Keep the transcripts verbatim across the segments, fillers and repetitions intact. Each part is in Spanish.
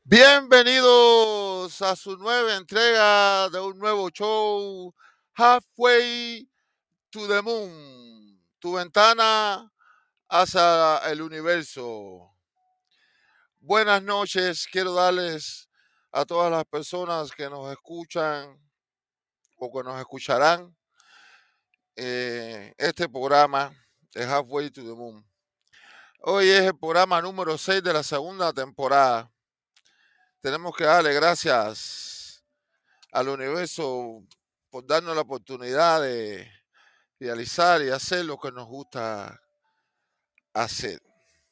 Bienvenidos a su nueva entrega de un nuevo show, Halfway to the Moon, tu ventana hacia el universo. Buenas noches, quiero darles a todas las personas que nos escuchan o que nos escucharán eh, este programa de Halfway to the Moon. Hoy es el programa número seis de la segunda temporada. Tenemos que darle gracias al universo por darnos la oportunidad de realizar y hacer lo que nos gusta hacer.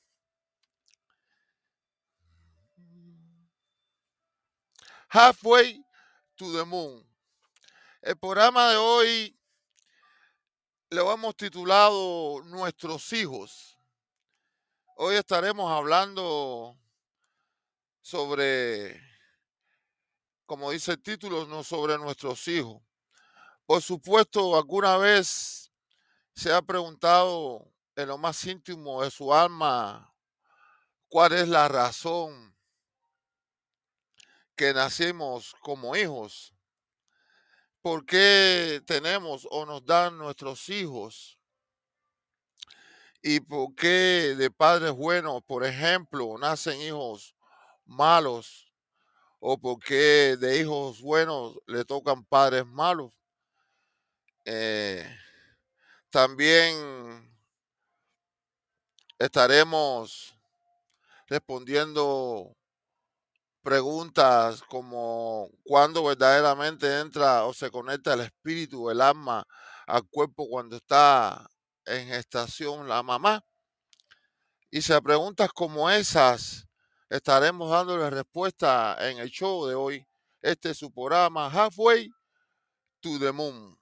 Halfway to the Moon. El programa de hoy lo hemos titulado Nuestros hijos. Hoy estaremos hablando sobre, como dice el título, no sobre nuestros hijos. Por supuesto, alguna vez se ha preguntado en lo más íntimo de su alma cuál es la razón que nacimos como hijos. ¿Por qué tenemos o nos dan nuestros hijos? ¿Y por qué de padres buenos, por ejemplo, nacen hijos malos? ¿O por qué de hijos buenos le tocan padres malos? Eh, también estaremos respondiendo preguntas como cuándo verdaderamente entra o se conecta el espíritu, el alma al cuerpo cuando está en gestación la mamá. Y si a preguntas como esas estaremos dándole respuesta en el show de hoy. Este es su programa Halfway to the Moon.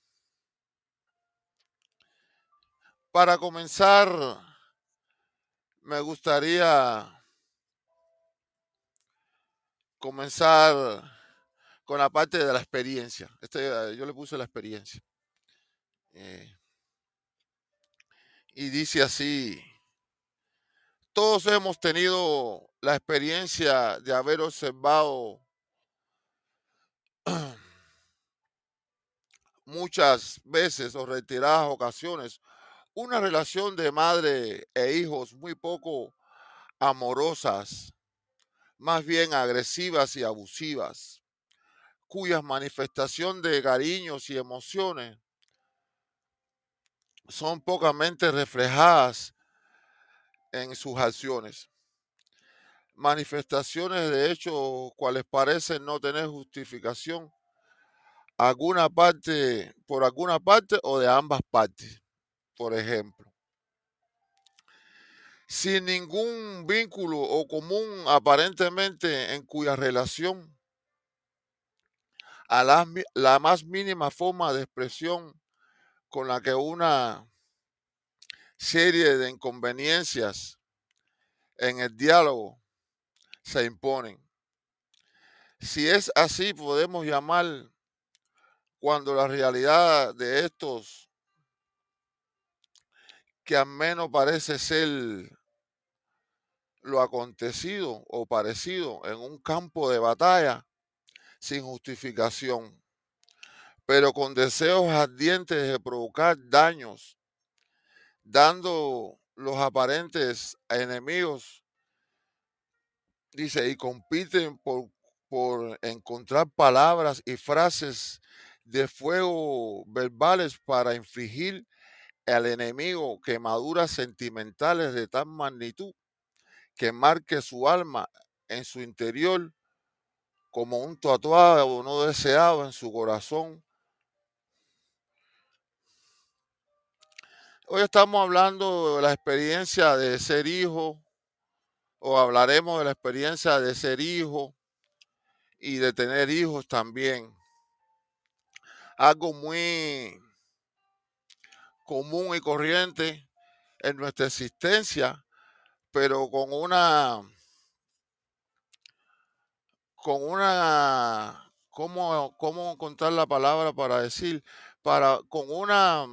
Para comenzar, me gustaría comenzar con la parte de la experiencia. Este, eh, yo le puse la experiencia. Eh, y dice así, todos hemos tenido la experiencia de haber observado muchas veces o retiradas ocasiones una relación de madre e hijos muy poco amorosas, más bien agresivas y abusivas, cuyas manifestaciones de cariños y emociones son pocamente reflejadas en sus acciones. Manifestaciones de hechos cuales parecen no tener justificación alguna parte, por alguna parte o de ambas partes, por ejemplo. Sin ningún vínculo o común aparentemente en cuya relación a la, la más mínima forma de expresión con la que una serie de inconveniencias en el diálogo se imponen. Si es así, podemos llamar cuando la realidad de estos, que al menos parece ser lo acontecido o parecido en un campo de batalla sin justificación, pero con deseos ardientes de provocar daños, dando los aparentes enemigos, dice, y compiten por, por encontrar palabras y frases de fuego verbales para infligir al enemigo quemaduras sentimentales de tal magnitud que marque su alma en su interior como un tatuado no deseado en su corazón. Hoy estamos hablando de la experiencia de ser hijo, o hablaremos de la experiencia de ser hijo y de tener hijos también. Algo muy común y corriente en nuestra existencia, pero con una, con una, ¿cómo, cómo encontrar la palabra para decir? Para, con una,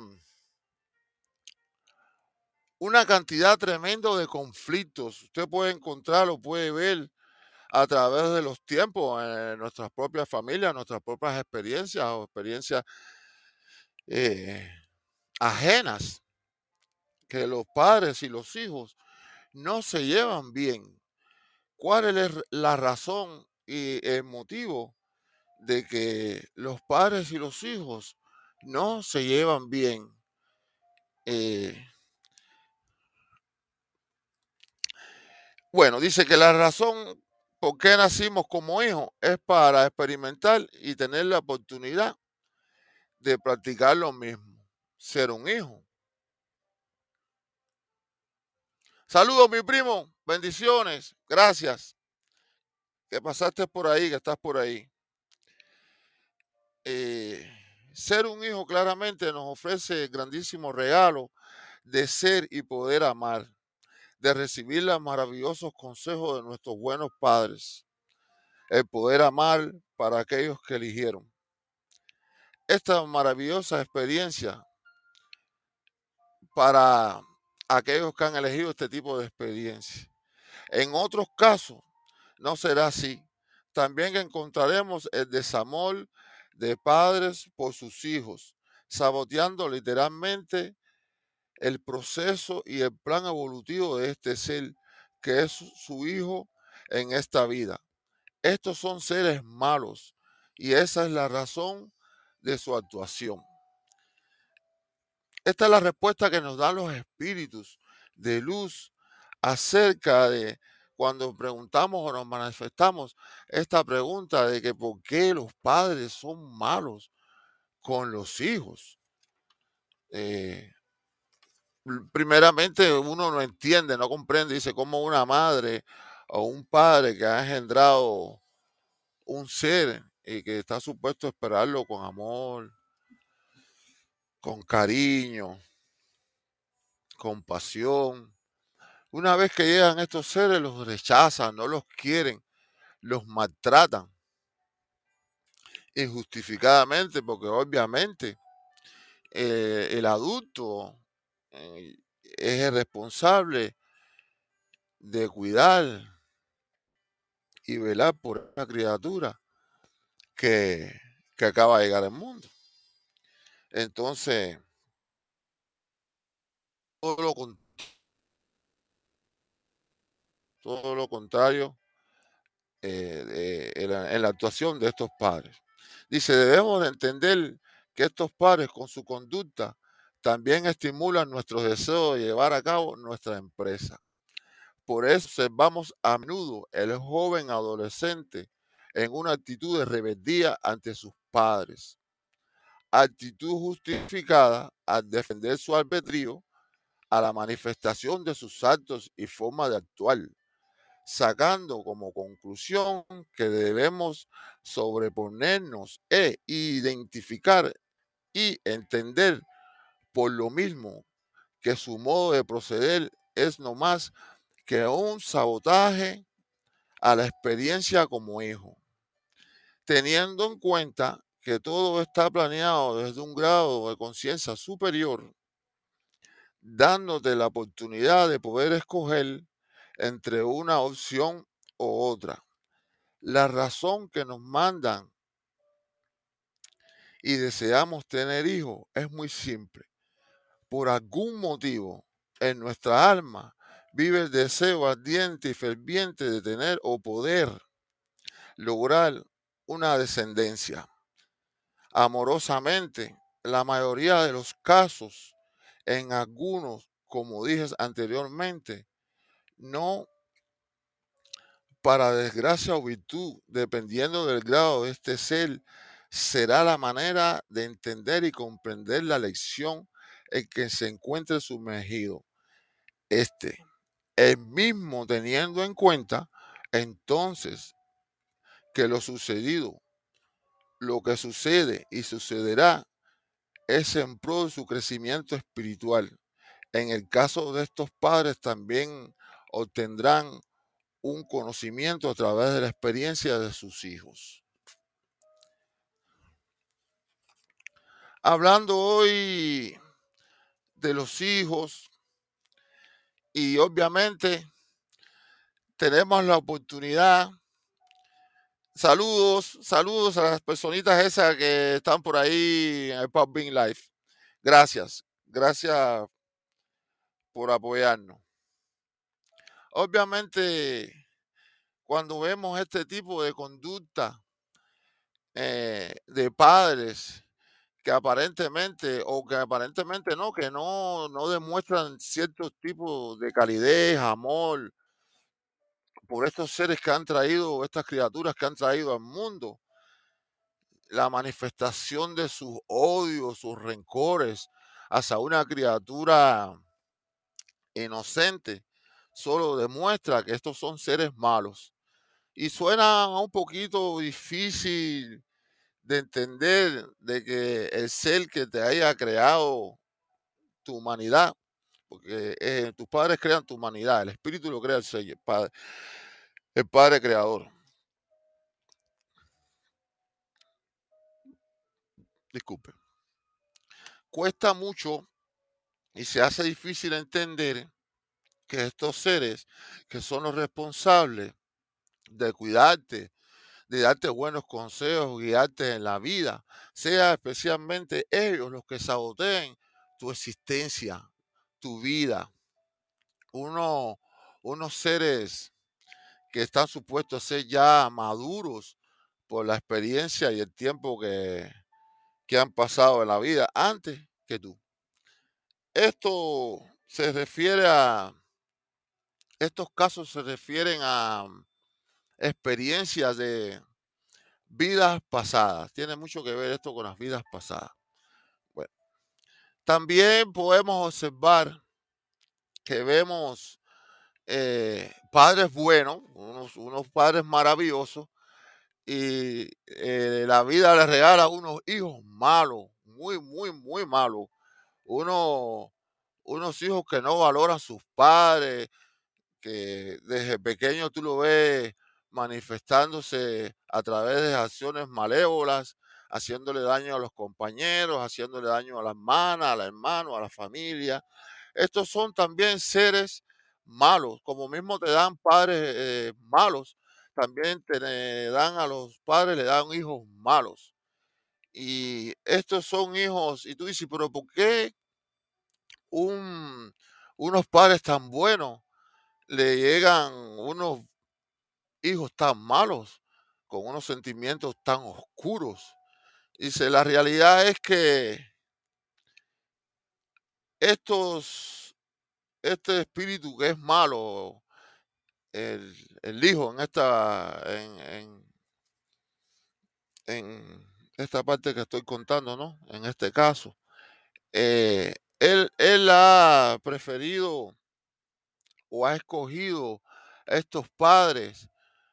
una cantidad tremenda de conflictos. Usted puede encontrarlo, puede ver a través de los tiempos, en nuestras propias familias, nuestras propias experiencias o experiencias eh, ajenas, que los padres y los hijos no se llevan bien. ¿Cuál es el- la razón y el motivo de que los padres y los hijos no se llevan bien? Eh, bueno, dice que la razón por qué nacimos como hijos es para experimentar y tener la oportunidad de practicar lo mismo, ser un hijo. Saludos, mi primo, bendiciones, gracias, que pasaste por ahí, que estás por ahí. Eh, ser un hijo claramente nos ofrece el grandísimo regalo de ser y poder amar, de recibir los maravillosos consejos de nuestros buenos padres, el poder amar para aquellos que eligieron. Esta maravillosa experiencia para aquellos que han elegido este tipo de experiencia. En otros casos no será así. También encontraremos el desamor de padres por sus hijos, saboteando literalmente el proceso y el plan evolutivo de este ser que es su su hijo en esta vida. Estos son seres malos y esa es la razón de su actuación. Esta es la respuesta que nos dan los espíritus de luz acerca de cuando preguntamos o nos manifestamos esta pregunta de que por qué los padres son malos con los hijos. Eh, l- primeramente uno no entiende, no comprende, dice cómo una madre o un padre que ha engendrado un ser y que está supuesto a esperarlo con amor, con cariño, compasión. Una vez que llegan estos seres, los rechazan, no los quieren, los maltratan injustificadamente, porque obviamente eh, el adulto eh, es el responsable de cuidar y velar por una criatura que, que acaba de llegar al mundo. Entonces, todo lo, con- todo lo contrario eh, de- en, la, en la actuación de estos padres. Dice, debemos de entender que estos padres con su conducta también estimulan nuestros deseos de llevar a cabo nuestra empresa. Por eso observamos a menudo el joven adolescente en una actitud de rebeldía ante sus padres, actitud justificada al defender su albedrío a la manifestación de sus actos y forma de actuar, sacando como conclusión que debemos sobreponernos e identificar y entender por lo mismo que su modo de proceder es no más que un sabotaje a la experiencia como hijo, teniendo en cuenta que todo está planeado desde un grado de conciencia superior, dándote la oportunidad de poder escoger entre una opción u otra. La razón que nos mandan y deseamos tener hijos es muy simple. Por algún motivo en nuestra alma vive el deseo ardiente y ferviente de tener o poder lograr una descendencia. Amorosamente, la mayoría de los casos, en algunos, como dije anteriormente, no para desgracia o virtud, dependiendo del grado de este ser, será la manera de entender y comprender la lección en que se encuentre sumergido. Este, el mismo teniendo en cuenta entonces que lo sucedido, lo que sucede y sucederá es en pro de su crecimiento espiritual. En el caso de estos padres también obtendrán un conocimiento a través de la experiencia de sus hijos. Hablando hoy de los hijos y obviamente tenemos la oportunidad Saludos, saludos a las personitas esas que están por ahí en el Pub Life. Gracias, gracias por apoyarnos. Obviamente, cuando vemos este tipo de conducta eh, de padres que aparentemente, o que aparentemente no, que no, no demuestran ciertos tipos de calidez, amor por estos seres que han traído, estas criaturas que han traído al mundo, la manifestación de sus odios, sus rencores hacia una criatura inocente, solo demuestra que estos son seres malos. Y suena un poquito difícil de entender de que el ser que te haya creado tu humanidad, porque eh, tus padres crean tu humanidad, el espíritu lo crea el ser, el padre, el padre creador. Disculpe. Cuesta mucho y se hace difícil entender que estos seres que son los responsables de cuidarte, de darte buenos consejos, guiarte en la vida, sea especialmente ellos los que saboteen tu existencia, tu vida. Uno, unos seres que están supuestos a ser ya maduros por la experiencia y el tiempo que, que han pasado en la vida antes que tú. Esto se refiere a, estos casos se refieren a experiencias de vidas pasadas. Tiene mucho que ver esto con las vidas pasadas. Bueno, también podemos observar que vemos eh, padres buenos, unos, unos padres maravillosos, y eh, la vida les regala unos hijos malos, muy, muy, muy malos. Uno, unos hijos que no valoran sus padres, que desde pequeño tú lo ves manifestándose a través de acciones malévolas, haciéndole daño a los compañeros, haciéndole daño a la hermana, al hermano, a la familia. Estos son también seres malos, como mismo te dan padres eh, malos, también te le dan a los padres, le dan hijos malos. Y estos son hijos, y tú dices, pero ¿por qué un, unos padres tan buenos le llegan unos hijos tan malos, con unos sentimientos tan oscuros? Dice, la realidad es que estos, este espíritu que es malo, el, el hijo en esta, en, en, en esta parte que estoy contando, ¿no? En este caso, eh, él, él ha preferido o ha escogido a estos padres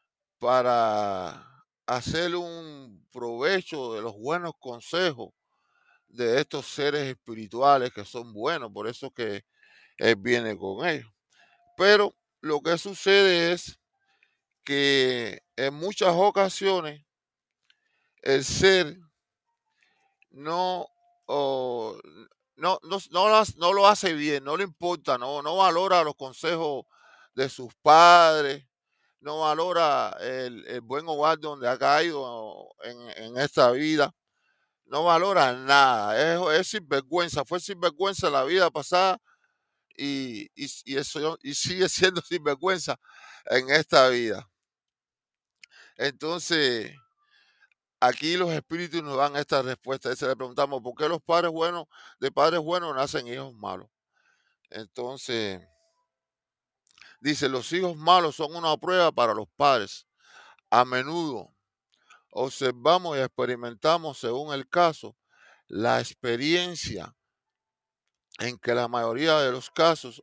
para hacer un provecho de los buenos consejos de estos seres espirituales que son buenos, por eso que él viene con ellos. Pero lo que sucede es que en muchas ocasiones el ser no, o, no, no, no, lo hace, no lo hace bien, no le importa, no, no valora los consejos de sus padres, no valora el, el buen hogar donde ha caído en, en esta vida, no valora nada, es, es sinvergüenza, fue sinvergüenza la vida pasada y, y, y eso y sigue siendo sinvergüenza en esta vida. Entonces, aquí los espíritus nos dan esta respuesta. Y se le preguntamos, ¿por qué los padres buenos, de padres buenos, nacen hijos malos? Entonces, dice, los hijos malos son una prueba para los padres. A menudo observamos y experimentamos, según el caso, la experiencia en que la mayoría de los casos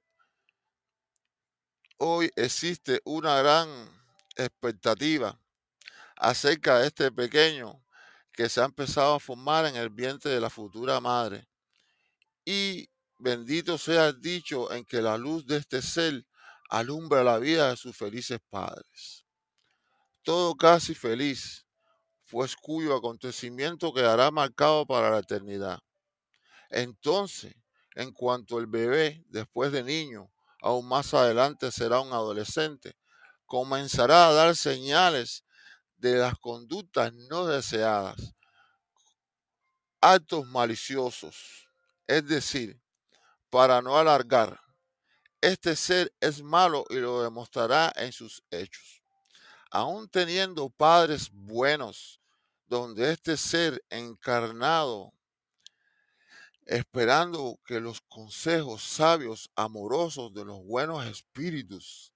hoy existe una gran expectativa acerca de este pequeño que se ha empezado a formar en el vientre de la futura madre. Y bendito sea el dicho en que la luz de este ser alumbra la vida de sus felices padres. Todo casi feliz, pues cuyo acontecimiento quedará marcado para la eternidad. Entonces, en cuanto el bebé, después de niño, aún más adelante será un adolescente, comenzará a dar señales de las conductas no deseadas, actos maliciosos. Es decir, para no alargar, este ser es malo y lo demostrará en sus hechos. Aun teniendo padres buenos, donde este ser encarnado, esperando que los consejos sabios, amorosos de los buenos espíritus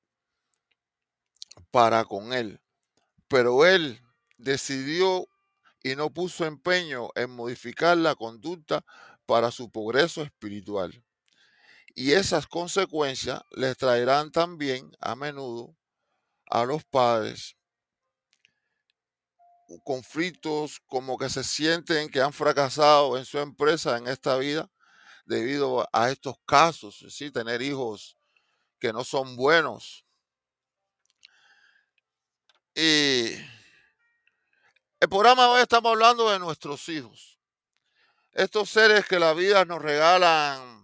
para con él, pero él decidió y no puso empeño en modificar la conducta para su progreso espiritual. Y esas consecuencias les traerán también a menudo a los padres conflictos, como que se sienten que han fracasado en su empresa en esta vida debido a estos casos, ¿sí? Tener hijos que no son buenos. Y el programa de hoy estamos hablando de nuestros hijos, estos seres que la vida nos regalan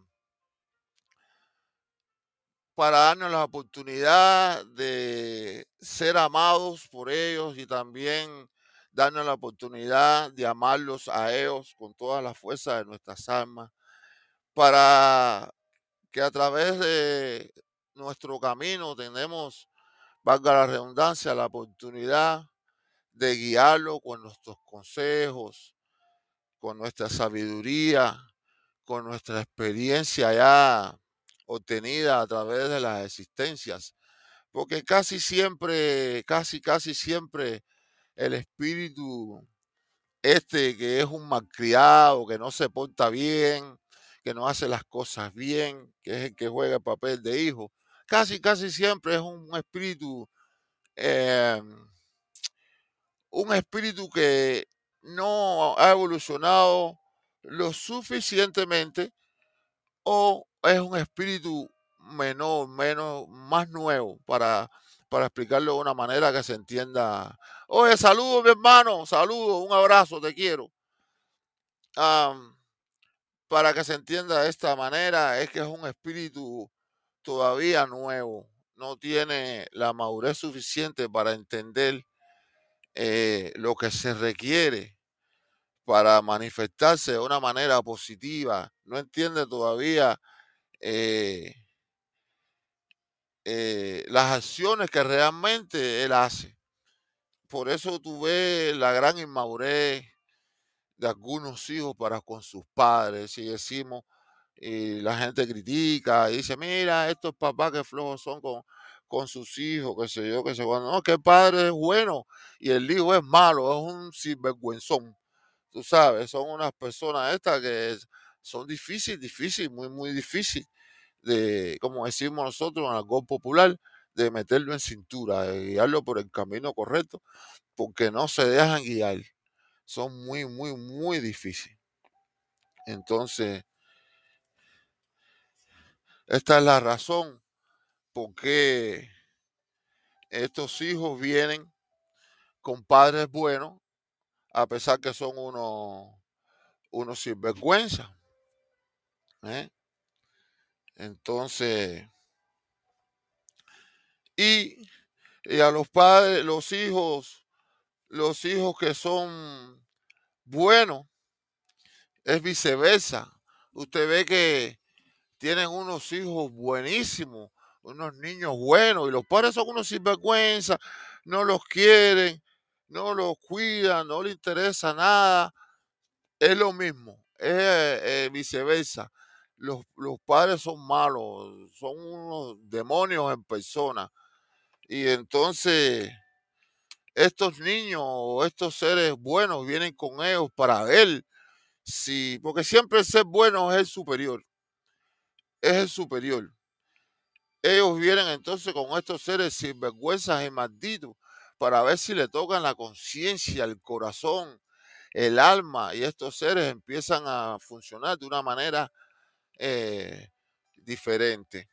para darnos la oportunidad de ser amados por ellos y también darnos la oportunidad de amarlos a ellos con toda la fuerza de nuestras almas, para que a través de nuestro camino tenemos, valga la redundancia, la oportunidad de guiarlo con nuestros consejos, con nuestra sabiduría, con nuestra experiencia ya obtenida a través de las existencias. Porque casi siempre, casi, casi siempre el espíritu este que es un malcriado, que no se porta bien, que no hace las cosas bien, que es el que juega el papel de hijo, casi, casi siempre es un espíritu, eh, un espíritu que no ha evolucionado lo suficientemente o es un espíritu menor, menos, más nuevo para, para explicarlo de una manera que se entienda. Oye, saludo mi hermano, saludo, un abrazo, te quiero. Am, para que se entienda de esta manera, es que es un espíritu todavía nuevo, no tiene la madurez suficiente para entender eh, lo que se requiere para manifestarse de una manera positiva, no entiende todavía eh, eh, las acciones que realmente él hace. Por eso tú ves la gran inmadurez de algunos hijos para con sus padres, si decimos, y la gente critica y dice, mira, estos papás que flojos son con, con sus hijos, qué sé yo, qué sé cuándo. No, que el padre es bueno y el hijo es malo, es un sinvergüenzón. Tú sabes, son unas personas estas que es- son difíciles, difíciles, muy, muy difícil de, como decimos nosotros en algo popular, de meterlo en cintura, de guiarlo por el camino correcto, porque no se dejan guiar. Son muy, muy, muy difíciles. Entonces, esta es la razón por qué estos hijos vienen con padres buenos, a pesar que son unos, unos sinvergüenza. ¿Eh? Entonces, y, y a los padres, los hijos, los hijos que son buenos, es viceversa. Usted ve que tienen unos hijos buenísimos, unos niños buenos, y los padres son unos sinvergüenza, no los quieren, no los cuidan, no les interesa nada. Es lo mismo, es eh, viceversa. Los, los padres son malos, son unos demonios en persona. Y entonces estos niños o estos seres buenos vienen con ellos para ver si, porque siempre el ser bueno es el superior, es el superior. Ellos vienen entonces con estos seres sinvergüenzas y malditos para ver si le tocan la conciencia, el corazón, el alma, y estos seres empiezan a funcionar de una manera eh, diferente.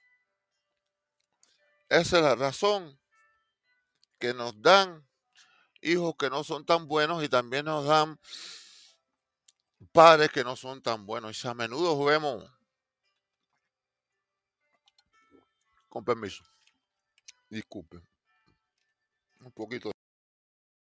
Esa es la razón que nos dan hijos que no son tan buenos y también nos dan padres que no son tan buenos. Y a menudo vemos, con permiso, disculpen, un poquito.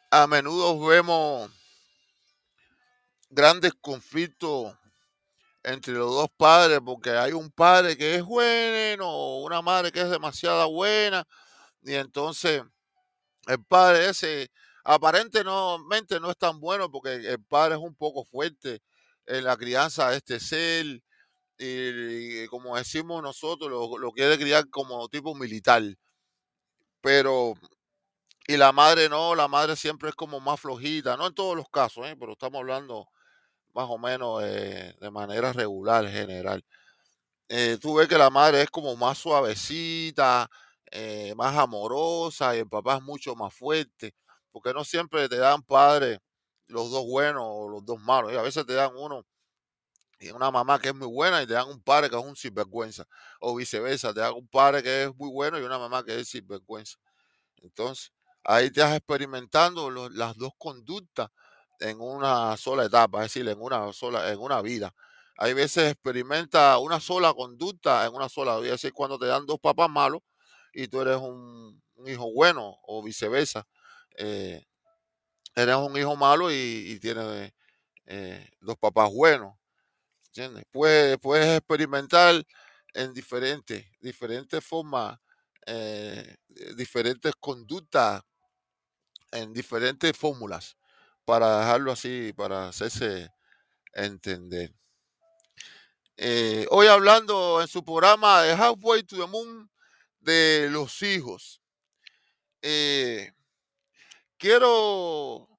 a menudo vemos grandes conflictos entre los dos padres, porque hay un padre que es bueno, o una madre que es demasiado buena, y entonces el padre ese aparentemente no es tan bueno porque el padre es un poco fuerte en la crianza de este ser y, y como decimos nosotros, lo, lo quiere criar como tipo militar, pero y la madre no, la madre siempre es como más flojita, no en todos los casos, ¿eh? Pero estamos hablando más o menos eh, de manera regular, general. Eh, tú ves que la madre es como más suavecita, eh, más amorosa y el papá es mucho más fuerte, porque no siempre te dan padres los dos buenos o los dos malos, y a veces te dan uno y una mamá que es muy buena y te dan un padre que es un sinvergüenza, o viceversa, te dan un padre que es muy bueno y una mamá que es sinvergüenza. Entonces, ahí estás experimentando lo- las dos conductas en una sola etapa, es decir, en una sola, en una vida. Hay veces experimenta una sola conducta en una sola vida, es decir, cuando te dan dos papás malos y tú eres un, un hijo bueno o viceversa. eh, Eres un hijo malo y, y tienes eh, dos papás buenos, ¿entiendes? Puedes, puedes experimentar en diferentes, diferentes formas, eh, diferentes conductas en diferentes fórmulas para dejarlo así, para hacerse entender. Eh, hoy hablando en su programa de Halfway to the Moon de los hijos. eh, quiero,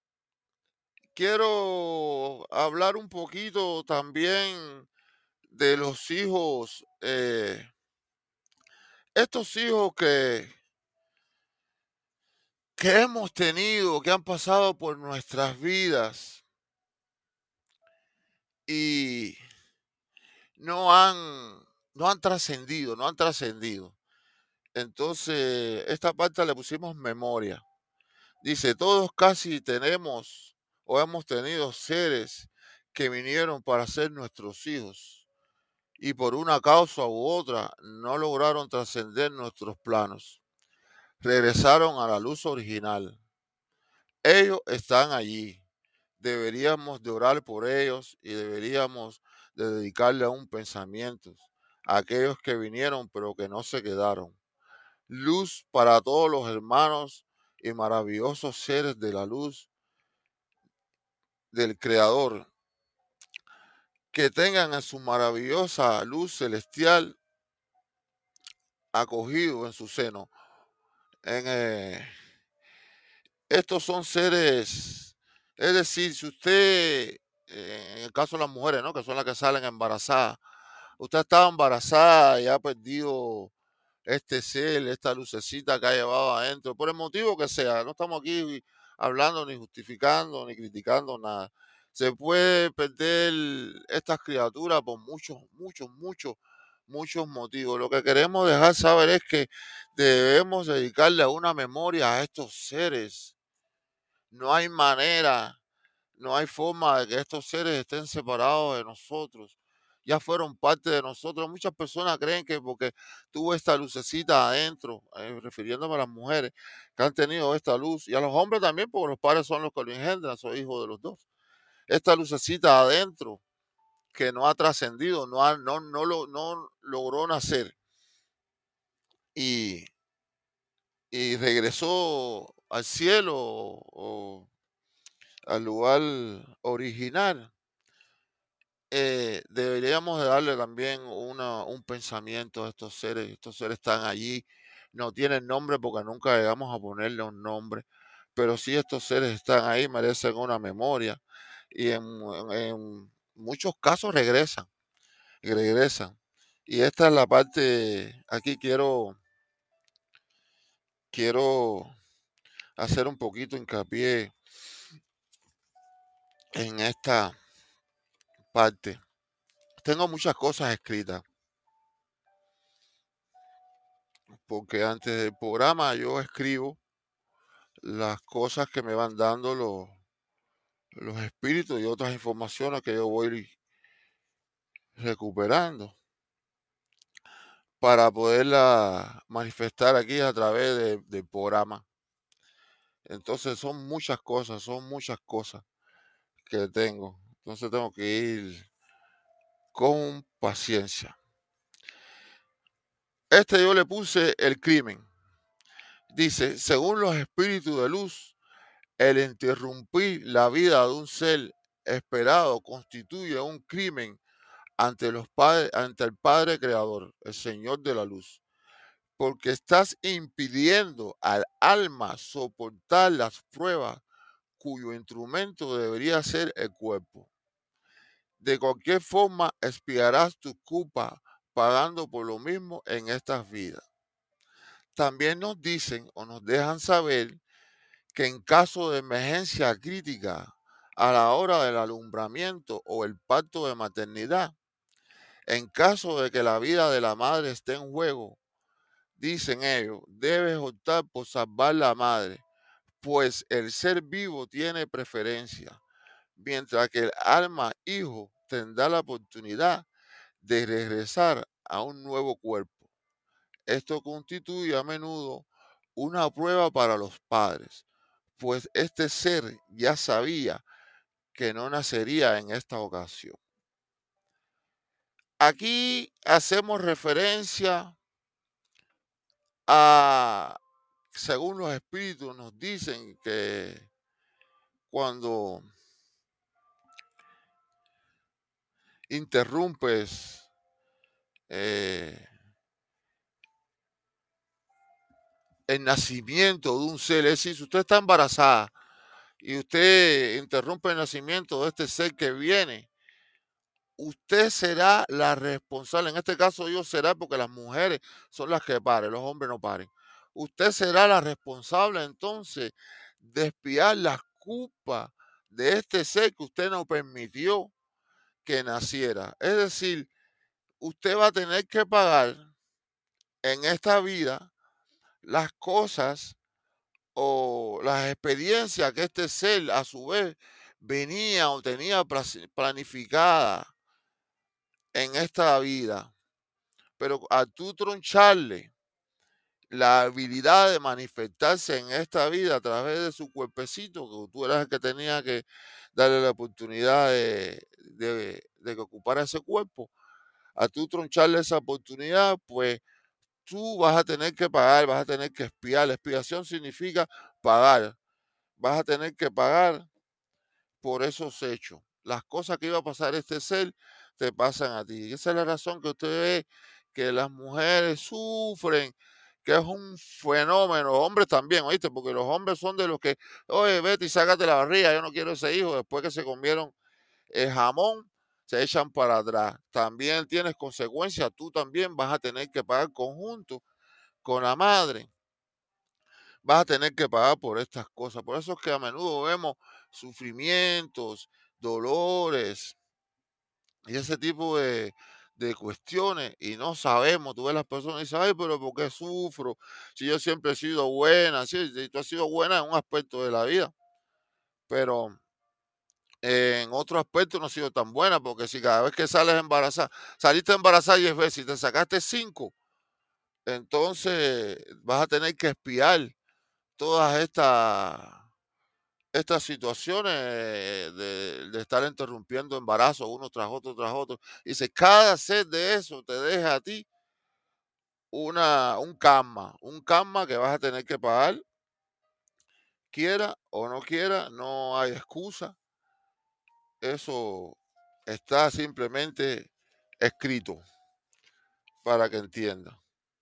quiero hablar un poquito también de los hijos, eh, estos hijos que, que hemos tenido, que han pasado por nuestras vidas y no han, no han trascendido, no han trascendido. Entonces, esta parte le pusimos memoria. Dice, todos casi tenemos o hemos tenido seres que vinieron para ser nuestros hijos y por una causa u otra no lograron trascender nuestros planos. Regresaron a la luz original. Ellos están allí. Deberíamos de orar por ellos y deberíamos de dedicarle un pensamiento a aquellos que vinieron pero que no se quedaron. Luz para todos los hermanos y maravillosos seres de la luz del Creador, que tengan en su maravillosa luz celestial acogido en su seno. En, eh, estos son seres, es decir, si usted, eh, en el caso de las mujeres, ¿no? Que son las que salen embarazadas, usted estaba embarazada y ha perdido este ser, esta lucecita que ha llevado adentro, por el motivo que sea. No estamos aquí hablando, ni justificando, ni criticando nada. Se puede perder estas criaturas por muchos, muchos, muchos, muchos motivos. Lo que queremos dejar saber es que debemos dedicarle una memoria a estos seres. No hay manera, no hay forma de que estos seres estén separados de nosotros. Ya fueron parte de nosotros. Muchas personas creen que porque tuvo esta lucecita adentro, eh, refiriéndome a las mujeres que han tenido esta luz, y a los hombres también, porque los padres son los que lo engendran, son hijos de los dos. Esta lucecita adentro que no ha trascendido, no, ha- no, no, lo, no logró nacer y, y regresó al cielo o al lugar original. Eh, deberíamos de darle también una, un pensamiento a estos seres. Estos seres están allí, no tienen nombre porque nunca llegamos a ponerle un nombre, pero sí estos seres están ahí, merecen una memoria y en, en- en muchos casos regresan, y regresan. Y esta es la parte, aquí quiero, quiero hacer un poquito hincapié en esta parte. Tengo muchas cosas escritas porque antes del programa yo escribo las cosas que me van dando los, los espíritus y otras informaciones que yo voy recuperando para poderla manifestar aquí a través de- del programa. Entonces son muchas cosas, son muchas cosas que tengo. Entonces tengo que ir con paciencia. Este yo le puse el crimen. Dice, según los espíritus de luz, el interrumpir la vida de un ser esperado constituye un crimen ante los padres, ante el Padre Creador, el Señor de la luz, porque estás impidiendo al alma soportar las pruebas cuyo instrumento debería ser el cuerpo. De cualquier forma, expiarás tu culpa pagando por lo mismo en estas vidas. También nos dicen o nos dejan saber que en caso de emergencia crítica a la hora del alumbramiento o el parto de maternidad, en caso de que la vida de la madre esté en juego, dicen ellos, debes optar por salvar la madre, pues el ser vivo tiene preferencia, mientras que el alma hijo tendrá la oportunidad de regresar a un nuevo cuerpo. Esto constituye a menudo una prueba para los padres, pues este ser ya sabía que no nacería en esta ocasión. Aquí hacemos referencia a, según los espíritus nos dicen que cuando interrumpes eh, el nacimiento de un ser, es decir, si usted está embarazada y usted interrumpe el nacimiento de este ser que viene, usted será la responsable. En este caso yo será porque las mujeres son las que paren, los hombres no paren. Usted será la responsable entonces de expiar las culpas de este ser que usted no permitió que naciera. Es decir, usted va a tener que pagar en esta vida las cosas o las experiencias que este ser a su vez venía o tenía plas- planificada en esta vida. Pero a tú troncharle la habilidad de manifestarse en esta vida a través de su cuerpecito, que tú eras el que tenía que darle la oportunidad de, de- de que ocupara ese cuerpo, a tú troncharle esa oportunidad, pues tú vas a tener que pagar, vas a tener que expiar. La expiación significa pagar. Vas a tener que pagar por esos hechos. Las cosas que iba a pasar este ser te pasan a ti. Y esa es la razón que usted ve que las mujeres sufren, que es un fenómeno, hombres también, ¿oíste? Porque los hombres son de los que, oye, vete y sácate la barriga, yo no quiero ese hijo, después que se comieron el jamón, se echan para atrás. También tienes consecuencias, tú también vas a tener que pagar conjunto con la madre, vas a tener que pagar por estas cosas. Por eso es que a menudo vemos sufrimientos, dolores y ese tipo de, de cuestiones y no sabemos. Tú ves las personas y dices, ay, pero ¿por qué sufro? Si yo siempre he sido buena, sí, sí, tú has sido buena en un aspecto de la vida, pero en otro aspecto no has sido tan buena, porque si cada vez que sales embarazada, saliste embarazada diez veces y te sacaste cinco, entonces vas a tener que espiar todas estas estas situaciones de, de estar interrumpiendo embarazos uno tras otro, tras otro. Dice, cada set de eso te deja a ti una, un karma, un karma que vas a tener que pagar, quiera o no quiera, no hay excusa. Eso está simplemente escrito para que entienda.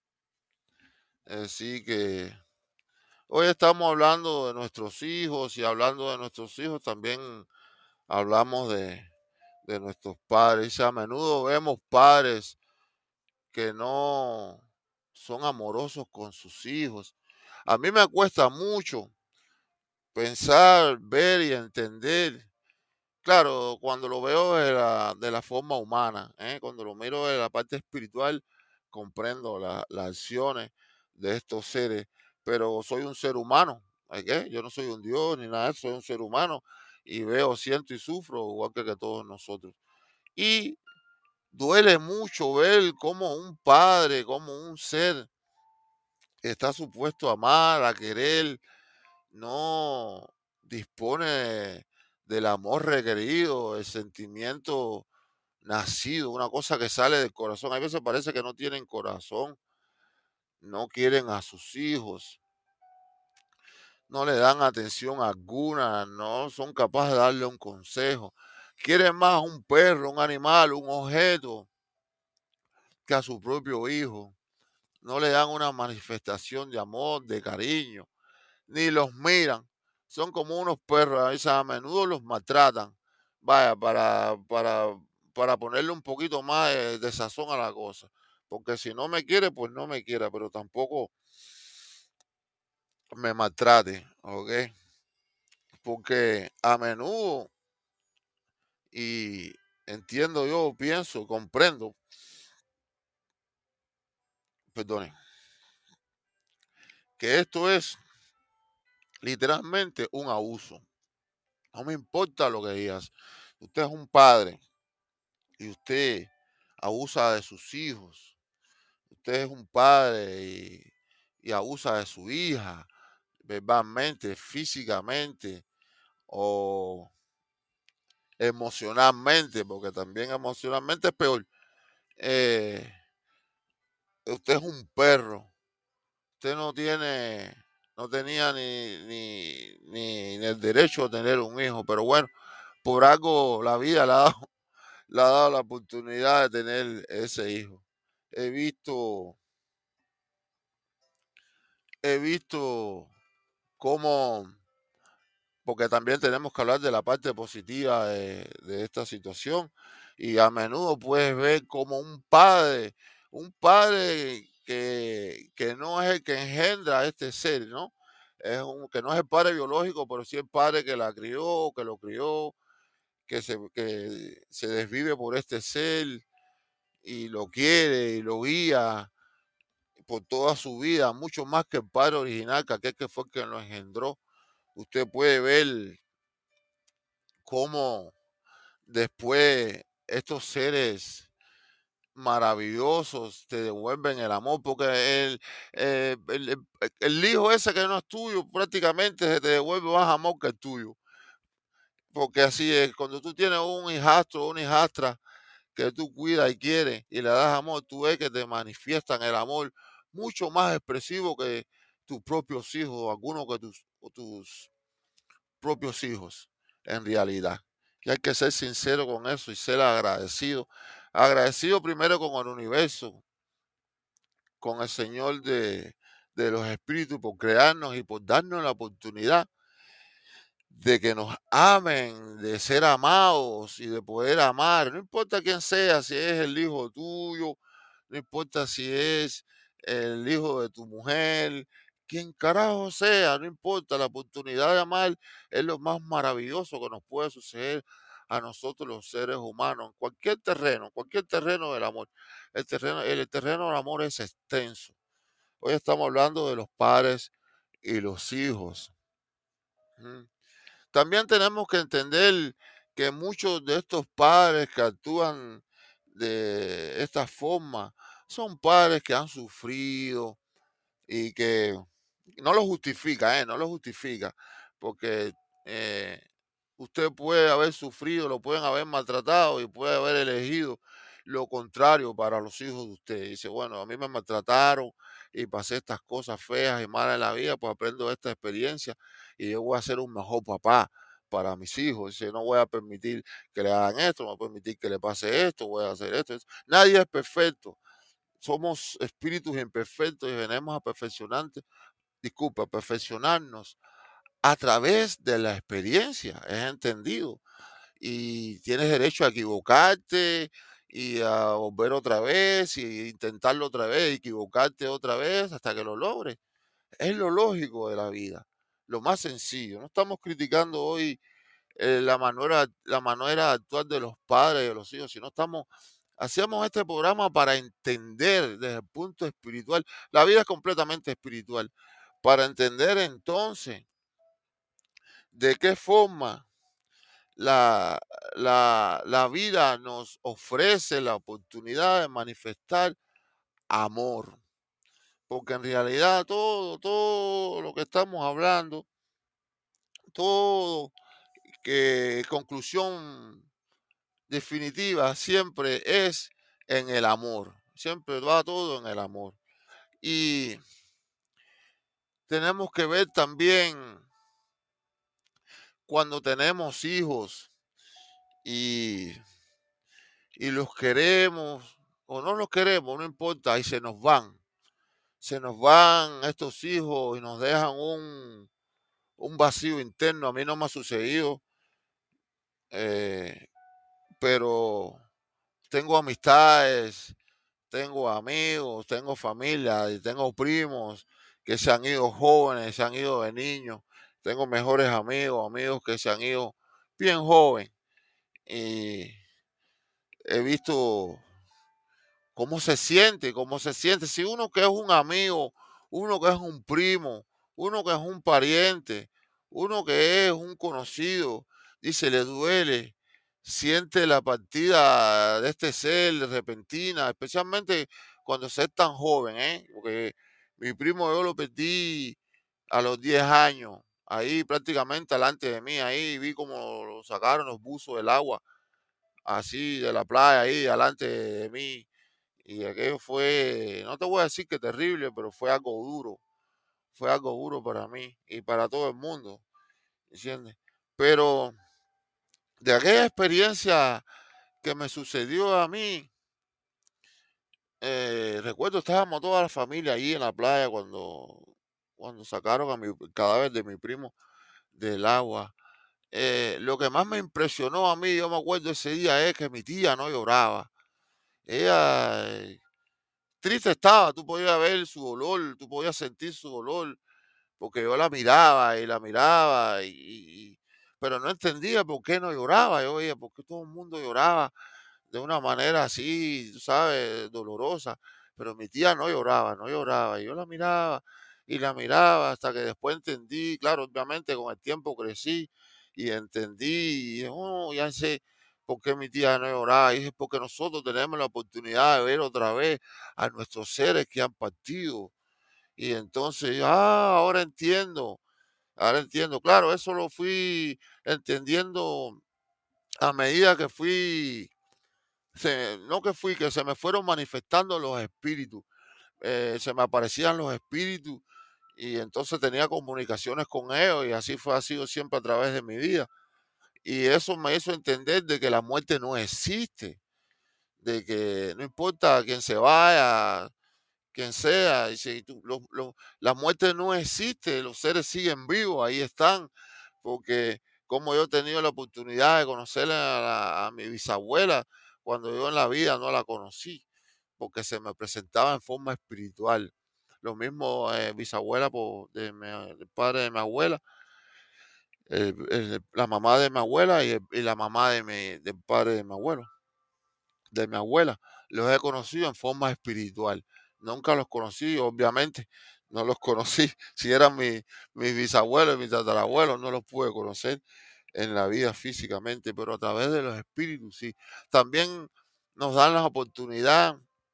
Así que hoy estamos hablando de nuestros hijos y hablando de nuestros hijos también hablamos de, de nuestros padres. Y a menudo vemos padres que no son amorosos con sus hijos. A mí me cuesta mucho pensar, ver y entender. Claro, cuando lo veo de la, de la forma humana, ¿eh? Cuando lo miro de la parte espiritual, comprendo la- las acciones de estos seres, pero soy un ser humano, ¿hay qué? Yo no soy un Dios ni nada de eso, soy un ser humano y veo, siento y sufro igual que, que todos nosotros. Y duele mucho ver cómo un padre, como un ser está supuesto a amar, a querer, no dispone del amor requerido, el sentimiento nacido, una cosa que sale del corazón. A veces parece que no tienen corazón, no quieren a sus hijos, no le dan atención alguna, no son capaces de darle un consejo. Quieren más un perro, un animal, un objeto que a su propio hijo. No le dan una manifestación de amor, de cariño, ni los miran. Son como unos perros, a veces a menudo los maltratan. Vaya, para, para, para ponerle un poquito más de, de sazón a la cosa. Porque si no me quiere, pues no me quiera, pero tampoco me maltrate, ¿ok? Porque a menudo, y entiendo yo, pienso, comprendo, perdone, que esto es literalmente un abuso. No me importa lo que digas. Usted es un padre y usted abusa de sus hijos. Usted es un padre y, y abusa de su hija, verbalmente, físicamente o emocionalmente, porque también emocionalmente es peor. Eh, Usted es un perro. Usted no tiene, no tenía ni, ni, ni- ni el derecho a tener un hijo, pero bueno, por algo la vida le ha dado, le ha dado la oportunidad de tener ese hijo. He visto, he visto cómo, porque también tenemos que hablar de la parte positiva de, de esta situación, y a menudo puedes ver como un padre, un padre que, que no es el que engendra a este ser, ¿no? Es un, que no es el padre biológico, pero sí el padre que la crió, que lo crió, que se, que se desvive por este ser y lo quiere y lo guía por toda su vida, mucho más que el padre original, que aquel que fue el que lo engendró. Usted puede ver cómo después estos seres maravillosos te devuelven el amor, porque el, eh, el, el- el hijo ese que no es tuyo prácticamente se te devuelve más amor que el tuyo, porque así es, cuando tú tienes un hijastro o una hijastra que tú cuidas y quieres y le das amor, tú ves que te manifiestan el amor mucho más expresivo que tus propios hijos o algunos que tus, o tus propios hijos en realidad. Y hay que ser sincero con eso y ser agradecido. Agradecido primero con el universo, con el Señor de, de los espíritus por crearnos y por darnos la oportunidad de que nos amen, de ser amados y de poder amar. No importa quién sea, si es el hijo tuyo, no importa si es el hijo de tu mujer, quien carajo sea, no importa, la oportunidad de amar es lo más maravilloso que nos puede suceder a nosotros los seres humanos, en cualquier terreno, en cualquier terreno del amor. El terreno, el terreno del amor es extenso. Hoy estamos hablando de los padres y los hijos. ¿Mm? También tenemos que entender que muchos de estos padres que actúan de esta forma son padres que han sufrido y que no lo justifica, ¿eh? No lo justifica, porque eh, usted puede haber sufrido, lo pueden haber maltratado y puede haber elegido lo contrario para los hijos de usted. Dice, bueno, a mí me maltrataron y pasé estas cosas feas y malas en la vida, pues aprendo de esta experiencia y yo voy a ser un mejor papá para mis hijos. Dice, no voy a permitir que le hagan esto, no voy a permitir que le pase esto, voy a hacer esto. esto. Nadie es perfecto. Somos espíritus imperfectos y venimos a perfeccionar, disculpa, a perfeccionarnos a través de la experiencia, es entendido. Y tienes derecho a equivocarte y a volver otra vez y intentarlo otra vez, equivocarte otra vez hasta que lo logres. Es lo lógico de la vida, lo más sencillo. No estamos criticando hoy eh, la manera, la manera de actuar de los padres y de los hijos, sino estamos, hacíamos este programa para entender desde el punto espiritual. La vida es completamente espiritual. Para entender entonces de qué forma la, la, la vida nos ofrece la oportunidad de manifestar amor. Porque en realidad todo, todo lo que estamos hablando todo, que conclusión definitiva siempre es en el amor. Siempre va todo en el amor. Y tenemos que ver también cuando tenemos hijos y, y los queremos o no los queremos, no importa, y se nos van. Se nos van estos hijos y nos dejan un, un vacío interno. A mí no me ha sucedido, eh, pero tengo amistades, tengo amigos, tengo familia y tengo primos que se han ido jóvenes, se han ido de niños. Tengo mejores amigos, amigos que se han ido bien joven. Y he visto cómo se siente, cómo se siente. Si uno que es un amigo, uno que es un primo, uno que es un pariente, uno que es un conocido, dice, le duele, siente la partida de este ser repentina, especialmente cuando se es tan joven, ¿eh? Porque mi primo yo lo perdí a los diez años, ahí prácticamente delante de mí, ahí vi como lo sacaron los buzos del agua, así de la playa, ahí delante de mí y aquello fue, no te voy a decir que terrible, pero fue algo duro. Fue algo duro para mí y para todo el mundo, ¿entiendes? Pero de aquella experiencia que me sucedió a mí, eh, recuerdo estábamos toda la familia ahí en la playa cuando, cuando sacaron a mi el cadáver de mi primo del agua. Eh, lo que más me impresionó a mí, yo me acuerdo ese día, es que mi tía no lloraba. Ella eh, triste estaba, tú podías ver su dolor, tú podías sentir su dolor, porque yo la miraba y la miraba, y, y- y- pero no entendía por qué no lloraba. Yo veía por qué todo el mundo lloraba de una manera así, tú sabes, dolorosa, pero mi tía no lloraba, no lloraba. Y yo la miraba y la miraba hasta que después entendí, claro, obviamente con el tiempo crecí y entendí, y dije, oh, ya sé por qué mi tía no lloraba. Y dije, porque nosotros tenemos la oportunidad de ver otra vez a nuestros seres que han partido. Y entonces, ah, ahora entiendo, ahora entiendo. Claro, eso lo fui entendiendo a medida que fui, se- no que fui, que se me fueron manifestando los espíritus. Eh, se me aparecían los espíritus y entonces tenía comunicaciones con ellos y así fue, ha sido siempre a través de mi vida. Y eso me hizo entender de que la muerte no existe, de que no importa quién se vaya, quien sea, y si tú- lo- lo- la muerte no existe, los seres siguen vivos, ahí están, porque como yo he tenido la oportunidad de conocer a, la- a mi bisabuela, cuando yo en la vida no la conocí, porque se me presentaba en forma espiritual. Lo mismo eh, bisabuela por, de mi- del padre de mi abuela, el- el- la mamá de mi abuela y, el- y la mamá de mi, del padre de mi abuelo de mi abuela, los he conocido en forma espiritual. Nunca los conocí, obviamente, no los conocí. Si eran mi, mis bisabuelos y mis tatarabuelos, no los pude conocer en la vida físicamente, pero a través de los espíritus, sí. También nos dan la oportunidad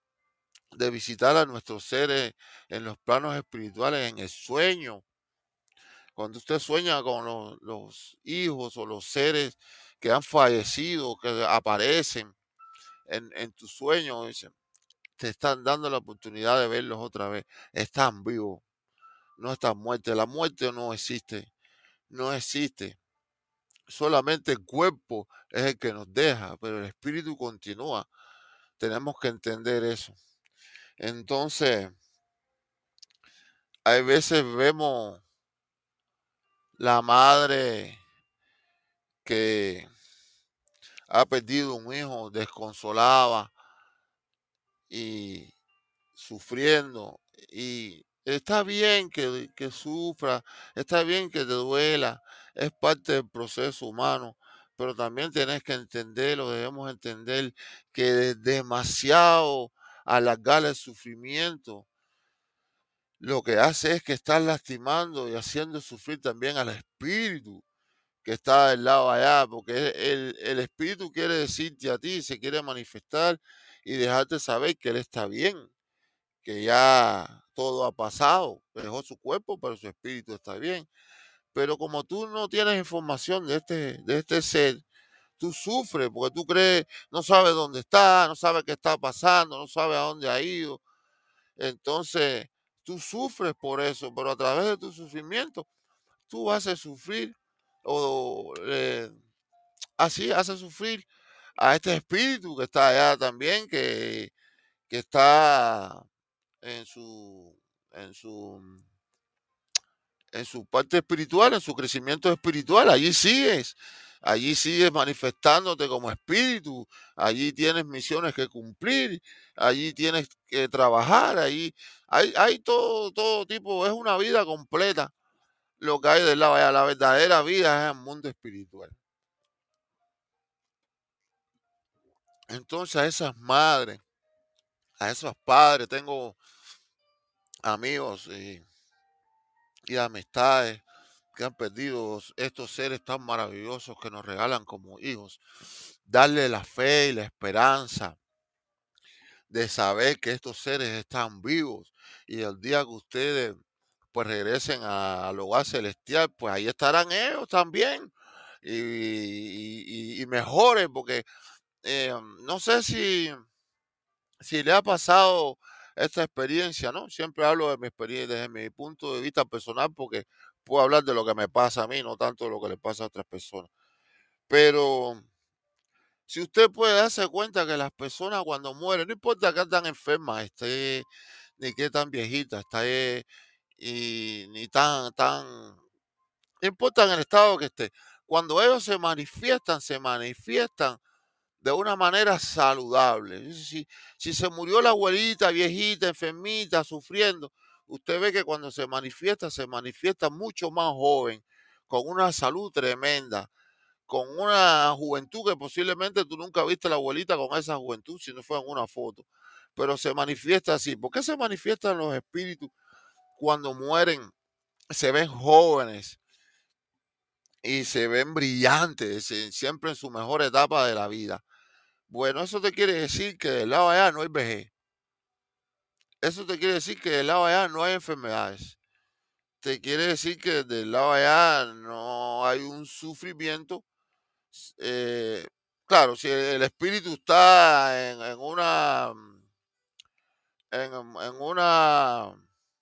de visitar a nuestros seres en los planos espirituales, en el sueño. Cuando usted sueña con los, los hijos o los seres que han fallecido, que aparecen en, en tu sueño, te están dando la oportunidad de verlos otra vez. Están vivos, no están muertos. La muerte no existe, no existe. Solamente el cuerpo es el que nos deja, pero el espíritu continúa. Tenemos que entender eso. Entonces, hay veces vemos la madre que ha perdido un hijo desconsolada y sufriendo. Y está bien que, que sufra, está bien que te duela, es parte del proceso humano, pero también tienes que entender, o debemos entender, que de demasiado alargar el sufrimiento, lo que hace es que estás lastimando y haciendo sufrir también al espíritu que está del lado allá, porque el, el espíritu quiere decirte a ti, se quiere manifestar y dejarte saber que él está bien, que ya todo ha pasado, dejó su cuerpo, pero su espíritu está bien. Pero como tú no tienes información de este, de este ser, tú sufres porque tú crees, no sabes dónde está, no sabes qué está pasando, no sabes a dónde ha ido. Entonces, tú sufres por eso, pero a través de tu sufrimiento, tú haces sufrir o eh, así haces sufrir a este espíritu que está allá también, que, que está en su, en su en su parte espiritual, en su crecimiento espiritual. Allí sigues, allí sigues manifestándote como espíritu, allí tienes misiones que cumplir, allí tienes que trabajar, allí hay, hay todo, todo tipo, es una vida completa lo que hay del lado allá. La verdadera vida es el mundo espiritual. Entonces a esas madres, a esos padres, tengo amigos y, y amistades que han perdido estos seres tan maravillosos que nos regalan como hijos. Darle la fe y la esperanza de saber que estos seres están vivos y el día que ustedes pues regresen a- al hogar celestial, pues ahí estarán ellos también y, y- y- y mejores, porque eh, no sé si, si le ha pasado esta experiencia, ¿no? Siempre hablo de mi experiencia desde mi punto de vista personal porque puedo hablar de lo que me pasa a mí, no tanto de lo que le pasa a otras personas. Pero si usted puede darse cuenta que las personas cuando mueren, no importa qué tan enfermas esté, ni qué tan viejita esté, y ni tan, tan, no importa en el estado que esté, cuando ellos se manifiestan, se manifiestan de una manera saludable. Si, si se murió la abuelita, viejita, enfermita, sufriendo, usted ve que cuando se manifiesta, se manifiesta mucho más joven, con una salud tremenda, con una juventud que posiblemente tú nunca viste a la abuelita con esa juventud, si no fue en una foto. Pero se manifiesta así. ¿Por qué se manifiestan los espíritus cuando mueren? Se ven jóvenes y se ven brillantes, eh, siempre en su mejor etapa de la vida. Bueno, eso te quiere decir que del lado allá no hay vejez. Eso te quiere decir que del lado allá no hay enfermedades. Te quiere decir que del lado allá no hay un sufrimiento. Eh, claro, si el espíritu está en, en una, en, en una,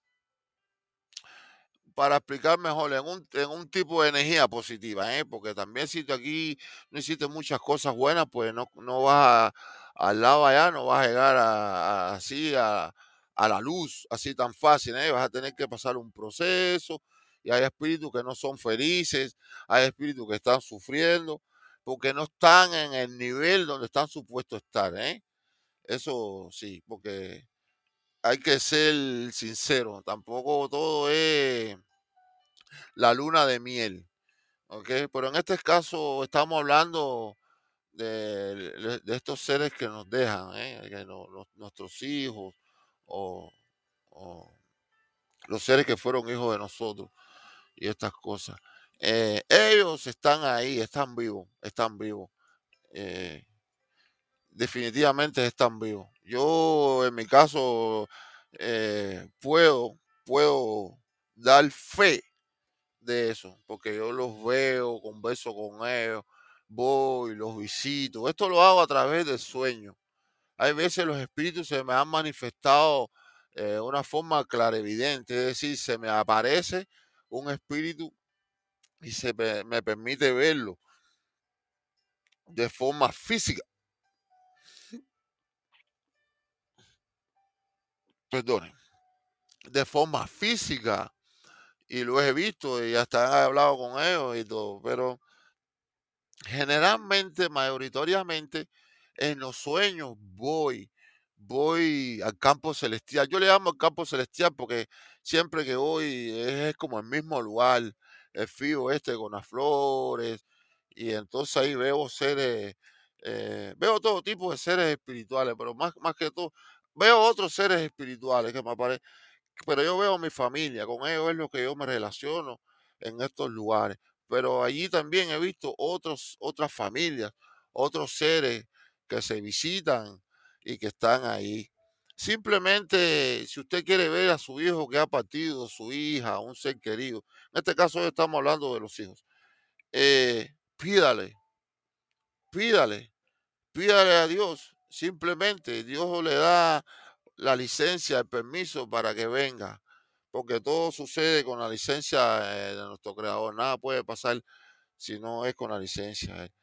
para explicar mejor, en un, en un tipo de energía positiva, ¿eh? Porque también si tú aquí no hiciste muchas cosas buenas, pues no, no vas a- al lado allá, no vas a llegar a, a- así a, a la luz, así tan fácil, ¿eh? Vas a tener que pasar un proceso y hay espíritus que no son felices, hay espíritus que están sufriendo, porque no están en el nivel donde están supuestos estar, ¿eh? Eso sí, porque hay que ser sincero, tampoco todo es la luna de miel, ¿ok? Pero en este caso estamos hablando de, de- de estos seres que nos dejan, ¿eh? Que no- los- nuestros hijos o, o los seres que fueron hijos de nosotros y estas cosas. Eh, ellos están ahí, están vivos, están vivos. eh, Definitivamente están vivos. Yo en mi caso eh, puedo, puedo dar fe de eso, porque yo los veo, converso con ellos, voy, los visito. Esto lo hago a través del sueño. Hay veces los espíritus se me han manifestado eh, de una forma clarividente, es decir, se me aparece un espíritu y se me, me permite verlo de forma física, perdón, de forma física y lo he visto y hasta he hablado con ellos y todo, pero generalmente, mayoritariamente, en los sueños voy, voy al campo celestial. Yo le llamo el campo celestial porque siempre que voy es, es como el mismo lugar, el frío este con las flores, y entonces ahí veo seres, eh, veo todo tipo de seres espirituales, pero más, más que todo, veo otros seres espirituales que me aparecen, pero yo veo a mi familia, con ellos es lo que yo me relaciono en estos lugares. Pero allí también he visto otros, otras familias, otros seres que se visitan y que están ahí. Simplemente, si usted quiere ver a su hijo que ha partido, su hija, un ser querido, en este caso hoy estamos hablando de los hijos, eh, pídale, pídale, pídale a Dios. Simplemente Dios le da la licencia, el permiso para que venga, porque todo sucede con la licencia eh, de nuestro Creador. Nada puede pasar si no es con la licencia de Él.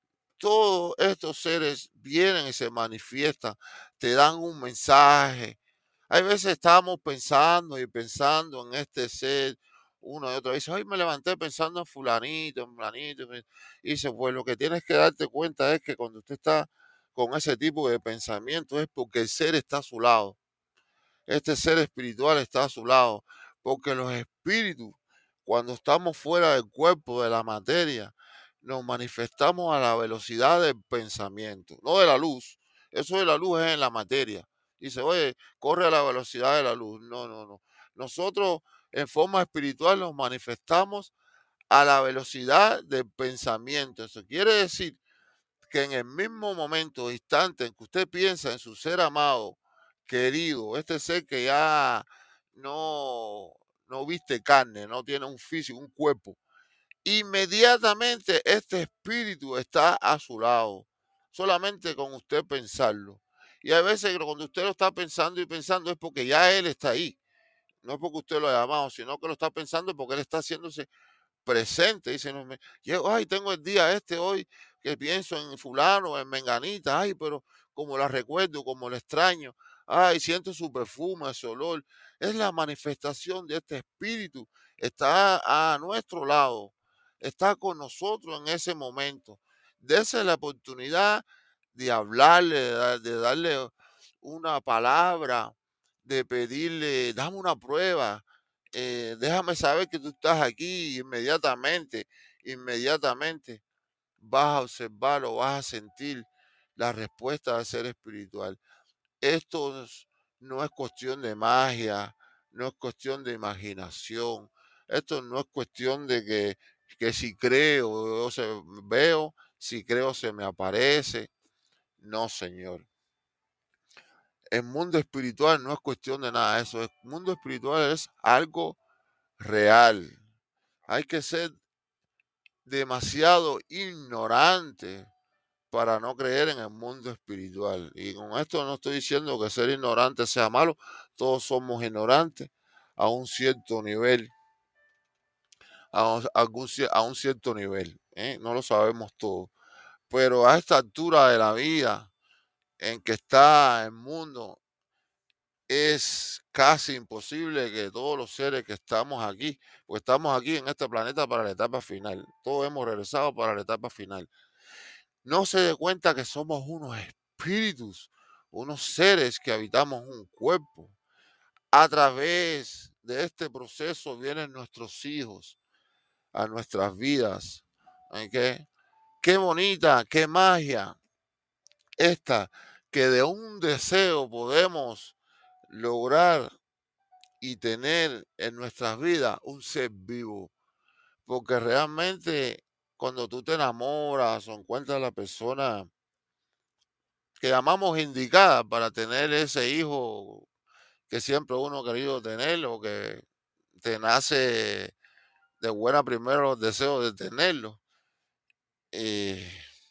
Todos estos seres vienen y se manifiestan, te dan un mensaje. Hay veces estamos pensando y pensando en este ser una y otra vez. Hoy me levanté pensando en fulanito, en fulanito. en- Y dice, pues lo que tienes que darte cuenta es que cuando usted está con ese tipo de pensamiento es porque el ser está a su lado. Este ser espiritual está a su lado, porque los espíritus, cuando estamos fuera del cuerpo, de la materia, nos manifestamos a la velocidad del pensamiento, no de la luz. Eso de la luz es en la materia. Dice, oye, corre a la velocidad de la luz. No, no, no. Nosotros en forma espiritual nos manifestamos a la velocidad del pensamiento. Eso quiere decir que en el mismo momento, instante en que usted piensa en su ser amado, querido, este ser que ya no, no viste carne, no tiene un físico, un cuerpo, inmediatamente este espíritu está a su lado, solamente con usted pensarlo. Y a veces cuando usted lo está pensando y pensando es porque ya él está ahí, no es porque usted lo ha llamado, sino que lo está pensando porque él está haciéndose presente, dice, no me, yo, ay, tengo el día este hoy que pienso en fulano, en menganita, ay, pero como la recuerdo, como la extraño, ay, siento su perfume, ese olor, es la manifestación de este espíritu, está a nuestro lado, está con nosotros en ese momento. Dese la oportunidad de hablarle, de, dar- de darle una palabra, de pedirle, dame una prueba, eh, déjame saber que tú estás aquí inmediatamente, inmediatamente vas a observar o vas a sentir la respuesta del ser espiritual. Esto es- no es cuestión de magia, no es cuestión de imaginación, esto no es cuestión de que, que si creo o se, veo, si creo se me aparece. No, señor. El mundo espiritual no es cuestión de nada de eso. El mundo espiritual es algo real. Hay que ser demasiado ignorante para no creer en el mundo espiritual. Y con esto no estoy diciendo que ser ignorante sea malo. Todos somos ignorantes a un cierto nivel, a un, algún cier- a un cierto nivel. ¿eh? No lo sabemos todo. Pero a esta altura de la vida en que está el mundo, es casi imposible que todos los seres que estamos aquí, pues estamos aquí en este planeta para la etapa final. Todos hemos regresado para la etapa final. No se dé cuenta que somos unos espíritus, unos seres que habitamos un cuerpo. A través de este proceso vienen nuestros hijos a nuestras vidas. ¿Ok? Qué bonita, qué magia esta, que de un deseo podemos lograr y tener en nuestras vidas un ser vivo. Porque realmente cuando tú te enamoras o encuentras a la persona que llamamos indicada para tener ese hijo que siempre uno ha querido tener o que te nace de buena primero los deseos de tenerlo. eh,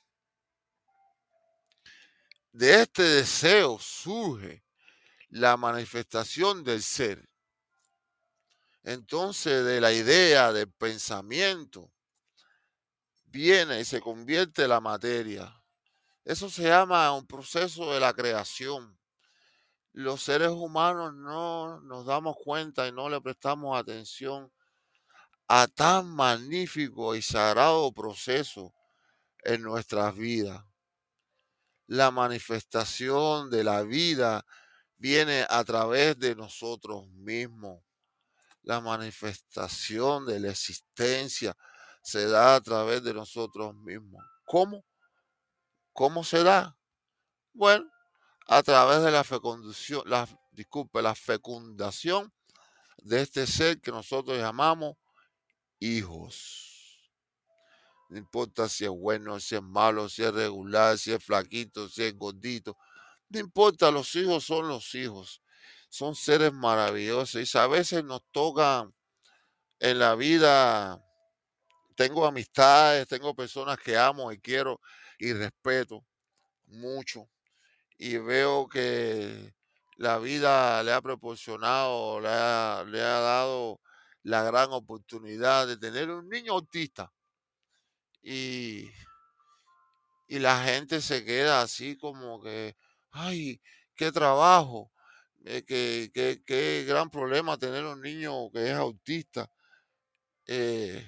de este deseo surge la manifestación del ser. Entonces, de la idea, del pensamiento, viene y se convierte en la materia. Eso se llama un proceso de la creación. Los seres humanos no nos damos cuenta y no le prestamos atención a tan magnífico y sagrado proceso en nuestras vidas. La manifestación de la vida viene a través de nosotros mismos. La manifestación de la existencia se da a través de nosotros mismos. ¿Cómo? ¿Cómo se da? Bueno, a través de la fecundación, la, disculpe, la fecundación de este ser que nosotros llamamos hijos. No importa si es bueno, si es malo, si es regular, si es flaquito, si es gordito. No importa, los hijos son los hijos, son seres maravillosos y a veces nos tocan en la vida. Tengo amistades, tengo personas que amo y quiero y respeto mucho y veo que la vida le ha proporcionado, le ha, le ha dado la gran oportunidad de tener un niño autista y, y la gente se queda así como que, ay, qué trabajo, eh, qué, qué- qué gran problema tener un niño que es autista. Eh,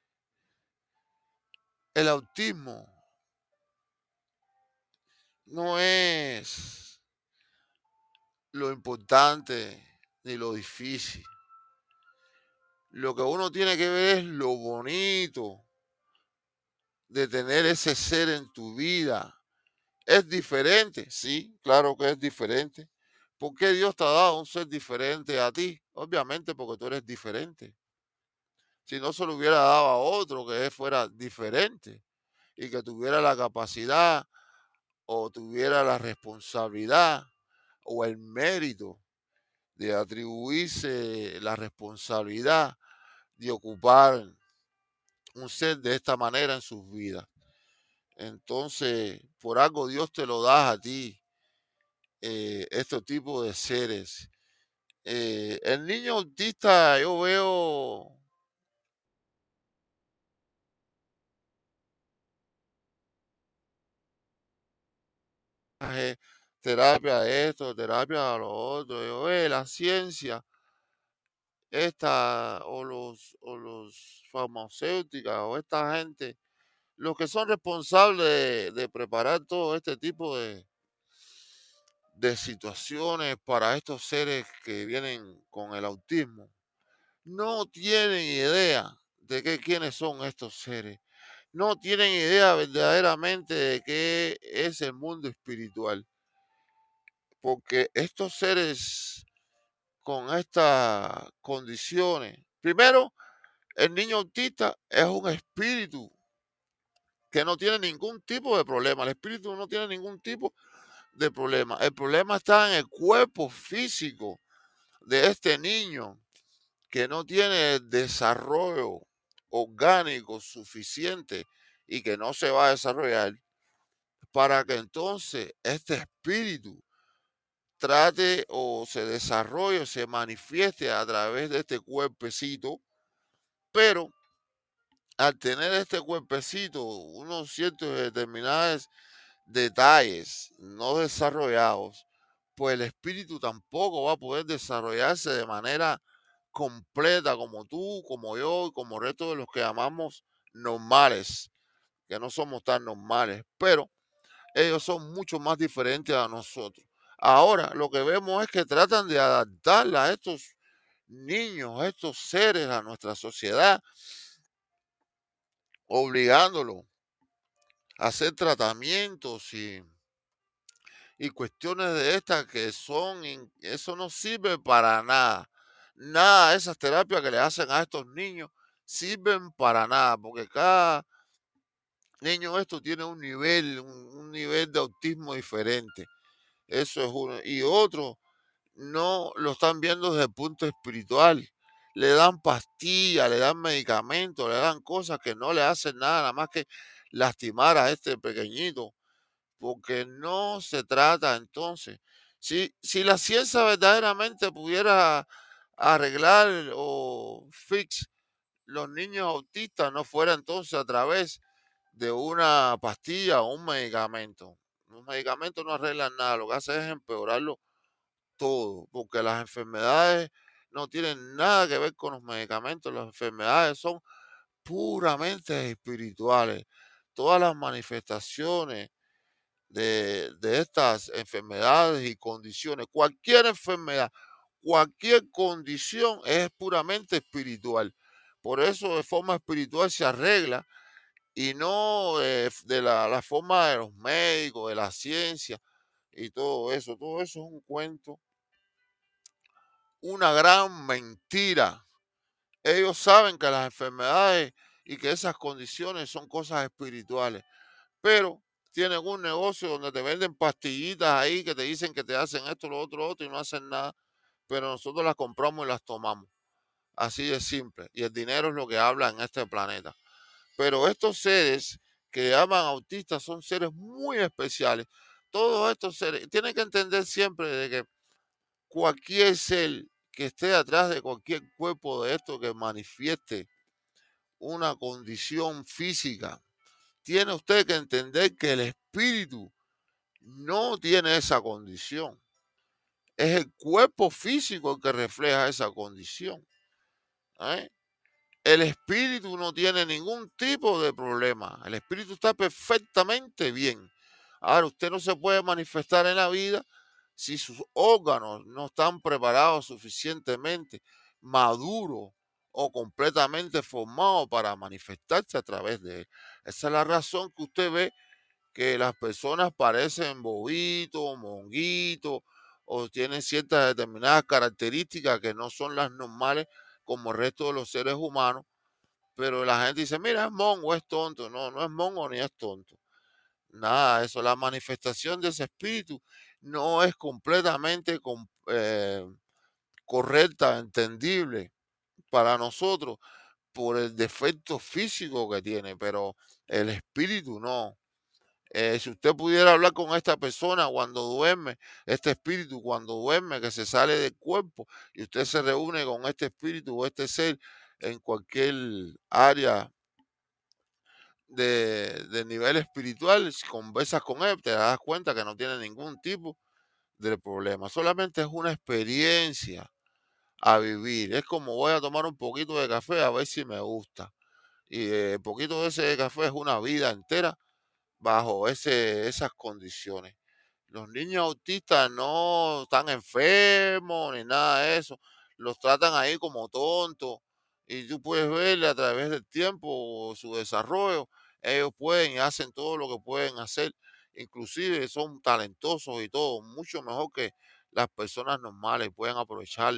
el autismo no es lo importante ni lo difícil. Lo que uno tiene que ver es lo bonito de tener ese ser en tu vida. ¿Es diferente? Sí, claro que es diferente. ¿Por qué Dios te ha dado un ser diferente a ti? Obviamente porque tú eres diferente. Si no se lo hubiera dado a otro que él fuera diferente y que tuviera la capacidad o tuviera la responsabilidad o el mérito de atribuirse la responsabilidad de ocupar un ser de esta manera en sus vidas. Entonces, por algo Dios te lo da a ti, eh, estos tipos de seres. Eh, el niño autista, yo veo eh, terapia esto, terapia lo otro. Yo veo la ciencia, esta, o los, o los farmacéuticas, o esta gente, los que son responsables de, de preparar todo este tipo de, de situaciones para estos seres que vienen con el autismo, no tienen idea de qué quiénes son estos seres. No tienen idea verdaderamente de qué es el mundo espiritual. Porque estos seres con estas condiciones, primero, el niño autista es un espíritu que no tiene ningún tipo de problema. El espíritu no tiene ningún tipo de problema. El problema está en el cuerpo físico de este niño que no tiene el desarrollo orgánico suficiente y que no se va a desarrollar para que entonces este espíritu trate o se desarrolle o se manifieste a través de este cuerpecito, pero al tener este cuerpecito unos ciertos determinados detalles no desarrollados, pues el espíritu tampoco va a poder desarrollarse de manera completa como tú, como yo y como el resto de los que llamamos normales, que no somos tan normales, pero ellos son mucho más diferentes a nosotros. Ahora, lo que vemos es que tratan de adaptarla a estos niños, a estos seres, a nuestra sociedad, obligándolos a hacer tratamientos y, y cuestiones de estas que son, in- eso no sirve para nada. Nada de esas terapias que le hacen a estos niños sirven para nada, porque cada niño esto tiene un nivel, un, un nivel de autismo diferente. Eso es uno. Y otro, no lo están viendo desde el punto espiritual. Le dan pastillas, le dan medicamentos, le dan cosas que no le hacen nada, nada más que lastimar a este pequeñito, porque no se trata entonces. Si, si la ciencia verdaderamente pudiera arreglar o fix los niños autistas, no fuera entonces a través de una pastilla o un medicamento. Los medicamentos no arreglan nada, lo que hace es empeorarlo todo, porque las enfermedades no tienen nada que ver con los medicamentos, las enfermedades son puramente espirituales. Todas las manifestaciones de, de estas enfermedades y condiciones, cualquier enfermedad, cualquier condición es puramente espiritual. Por eso de forma espiritual se arregla y no eh, de la, la forma de los médicos, de la ciencia y todo eso. Todo eso es un cuento, una gran mentira. Ellos saben que las enfermedades y que esas condiciones son cosas espirituales, pero tienen un negocio donde te venden pastillitas ahí que te dicen que te hacen esto, lo otro, lo otro y no hacen nada, pero nosotros las compramos y las tomamos. Así de simple. Y el dinero es lo que habla en este planeta. Pero estos seres que llaman autistas son seres muy especiales. Todos estos seres tienen que entender siempre de que cualquier ser que esté atrás de cualquier cuerpo de esto que manifieste una condición física, tiene usted que entender que el espíritu no tiene esa condición. Es el cuerpo físico el que refleja esa condición. ¿eh? El espíritu no tiene ningún tipo de problema. El espíritu está perfectamente bien. Ahora, usted no se puede manifestar en la vida si sus órganos no están preparados suficientemente, maduros o completamente formados para manifestarse a través de él. Esa es la razón que usted ve que las personas parecen bobitos, monguitos, o tienen ciertas determinadas características que no son las normales como el resto de los seres humanos, pero la gente dice, mira, es mongo, es tonto. No, no es mongo ni es tonto. Nada de eso. La manifestación de ese espíritu no es completamente com- eh, correcta, entendible para nosotros por el defecto físico que tiene, pero el espíritu no. Eh, si usted pudiera hablar con esta persona cuando duerme, este espíritu cuando duerme, que se sale del cuerpo, y usted se reúne con este espíritu o este ser en cualquier área de, de nivel espiritual, si conversas con él, te das cuenta que no tiene ningún tipo de problema. Solamente es una experiencia a vivir. Es como voy a tomar un poquito de café a ver si me gusta. Y eh, el poquito de ese café es una vida entera bajo ese, esas condiciones. Los niños autistas no están enfermos ni nada de eso. Los tratan ahí como tontos. Y tú puedes verle a través del tiempo su desarrollo. Ellos pueden y hacen todo lo que pueden hacer. Inclusive son talentosos y todo. Mucho mejor que las personas normales. Pueden aprovechar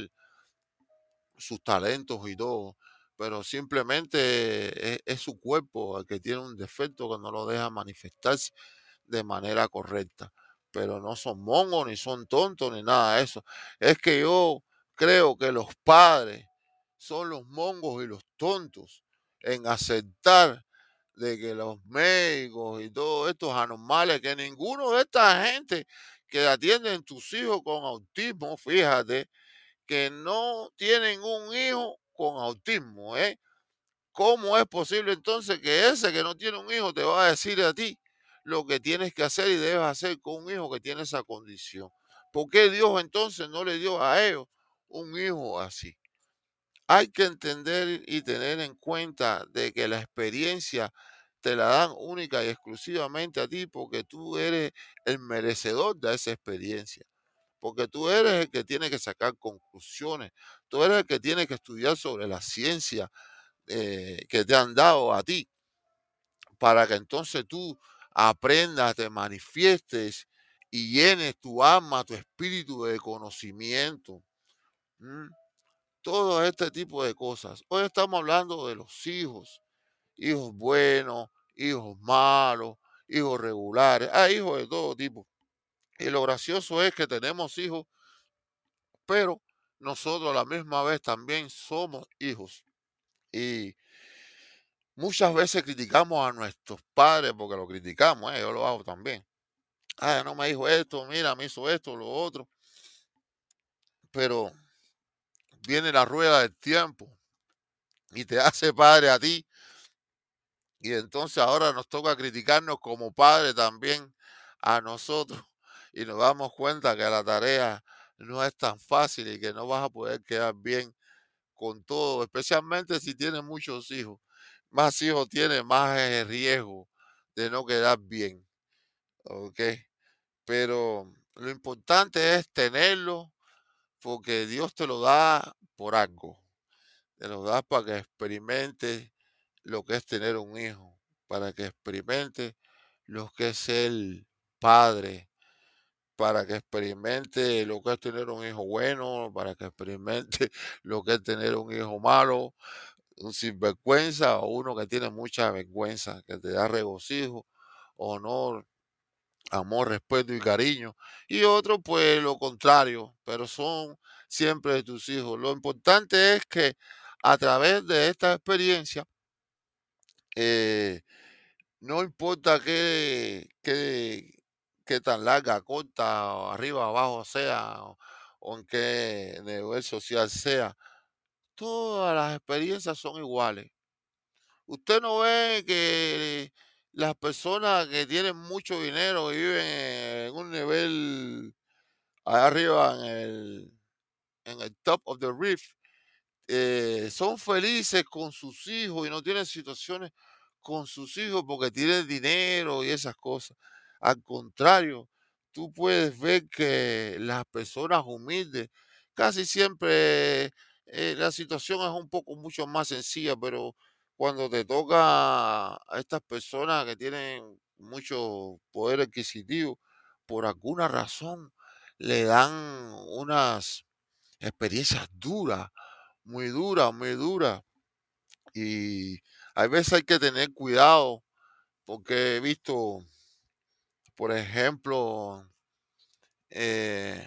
sus talentos y todo. Pero simplemente es, es su cuerpo el que tiene un defecto que no lo deja manifestarse de manera correcta. Pero no son mongos, ni son tontos, ni nada de eso. Es que yo creo que los padres son los mongos y los tontos en aceptar de que los médicos y todos estos anormales, que ninguno de esta gente que atienden tus hijos con autismo, fíjate, que no tienen un hijo con autismo, ¿eh? ¿Cómo es posible entonces que ese que no tiene un hijo te va a decir a ti lo que tienes que hacer y debes hacer con un hijo que tiene esa condición? ¿Por qué Dios entonces no le dio a ellos un hijo así? Hay que entender y tener en cuenta de que la experiencia te la dan única y exclusivamente a ti porque tú eres el merecedor de esa experiencia. Porque tú eres el que tiene que sacar conclusiones, tú eres el que tiene que estudiar sobre la ciencia eh, que te han dado a ti, para que entonces tú aprendas, te manifiestes y llenes tu alma, tu espíritu de conocimiento. ¿m? Todo este tipo de cosas. Hoy estamos hablando de los hijos, hijos buenos, hijos malos, hijos regulares, hay hijos de todo tipo. Y lo gracioso es que tenemos hijos, pero nosotros a la misma vez también somos hijos. Y muchas veces criticamos a nuestros padres porque lo criticamos, ¿eh? Yo lo hago también. Ah, no me dijo esto, mira, me hizo esto, lo otro. Pero viene la rueda del tiempo y te hace padre a ti. Y entonces ahora nos toca criticarnos como padre también a nosotros. Y nos damos cuenta que la tarea no es tan fácil y que no vas a poder quedar bien con todo, especialmente si tienes muchos hijos. Más hijos tiene, más eh, riesgo de no quedar bien. ¿Ok? Pero lo importante es tenerlo porque Dios te lo da por algo. Te lo da para que experimentes lo que es tener un hijo, para que experimentes lo que es ser padre, para que experimente lo que es tener un hijo bueno, para que experimente lo que es tener un hijo malo, un sinvergüenza o uno que tiene mucha vergüenza, que te da regocijo, honor. amor, respeto y cariño. Y otros, pues lo contrario, pero son siempre de tus hijos. Lo importante es que a través de esta experiencia, eh, no importa qué, qué, qué tan larga, corta, o arriba, abajo sea, o, o en qué nivel social sea, todas las experiencias son iguales. Usted no ve que las personas que tienen mucho dinero y viven en un nivel allá arriba en el, en el top of the reef, eh, son felices con sus hijos y no tienen situaciones con sus hijos porque tienen dinero y esas cosas. Al contrario, tú puedes ver que las personas humildes, casi siempre eh, la situación es un poco mucho más sencilla, pero cuando te toca a estas personas que tienen mucho poder adquisitivo, por alguna razón le dan unas experiencias duras, muy duras, muy duras. Y a veces hay que tener cuidado porque he visto, por ejemplo, eh,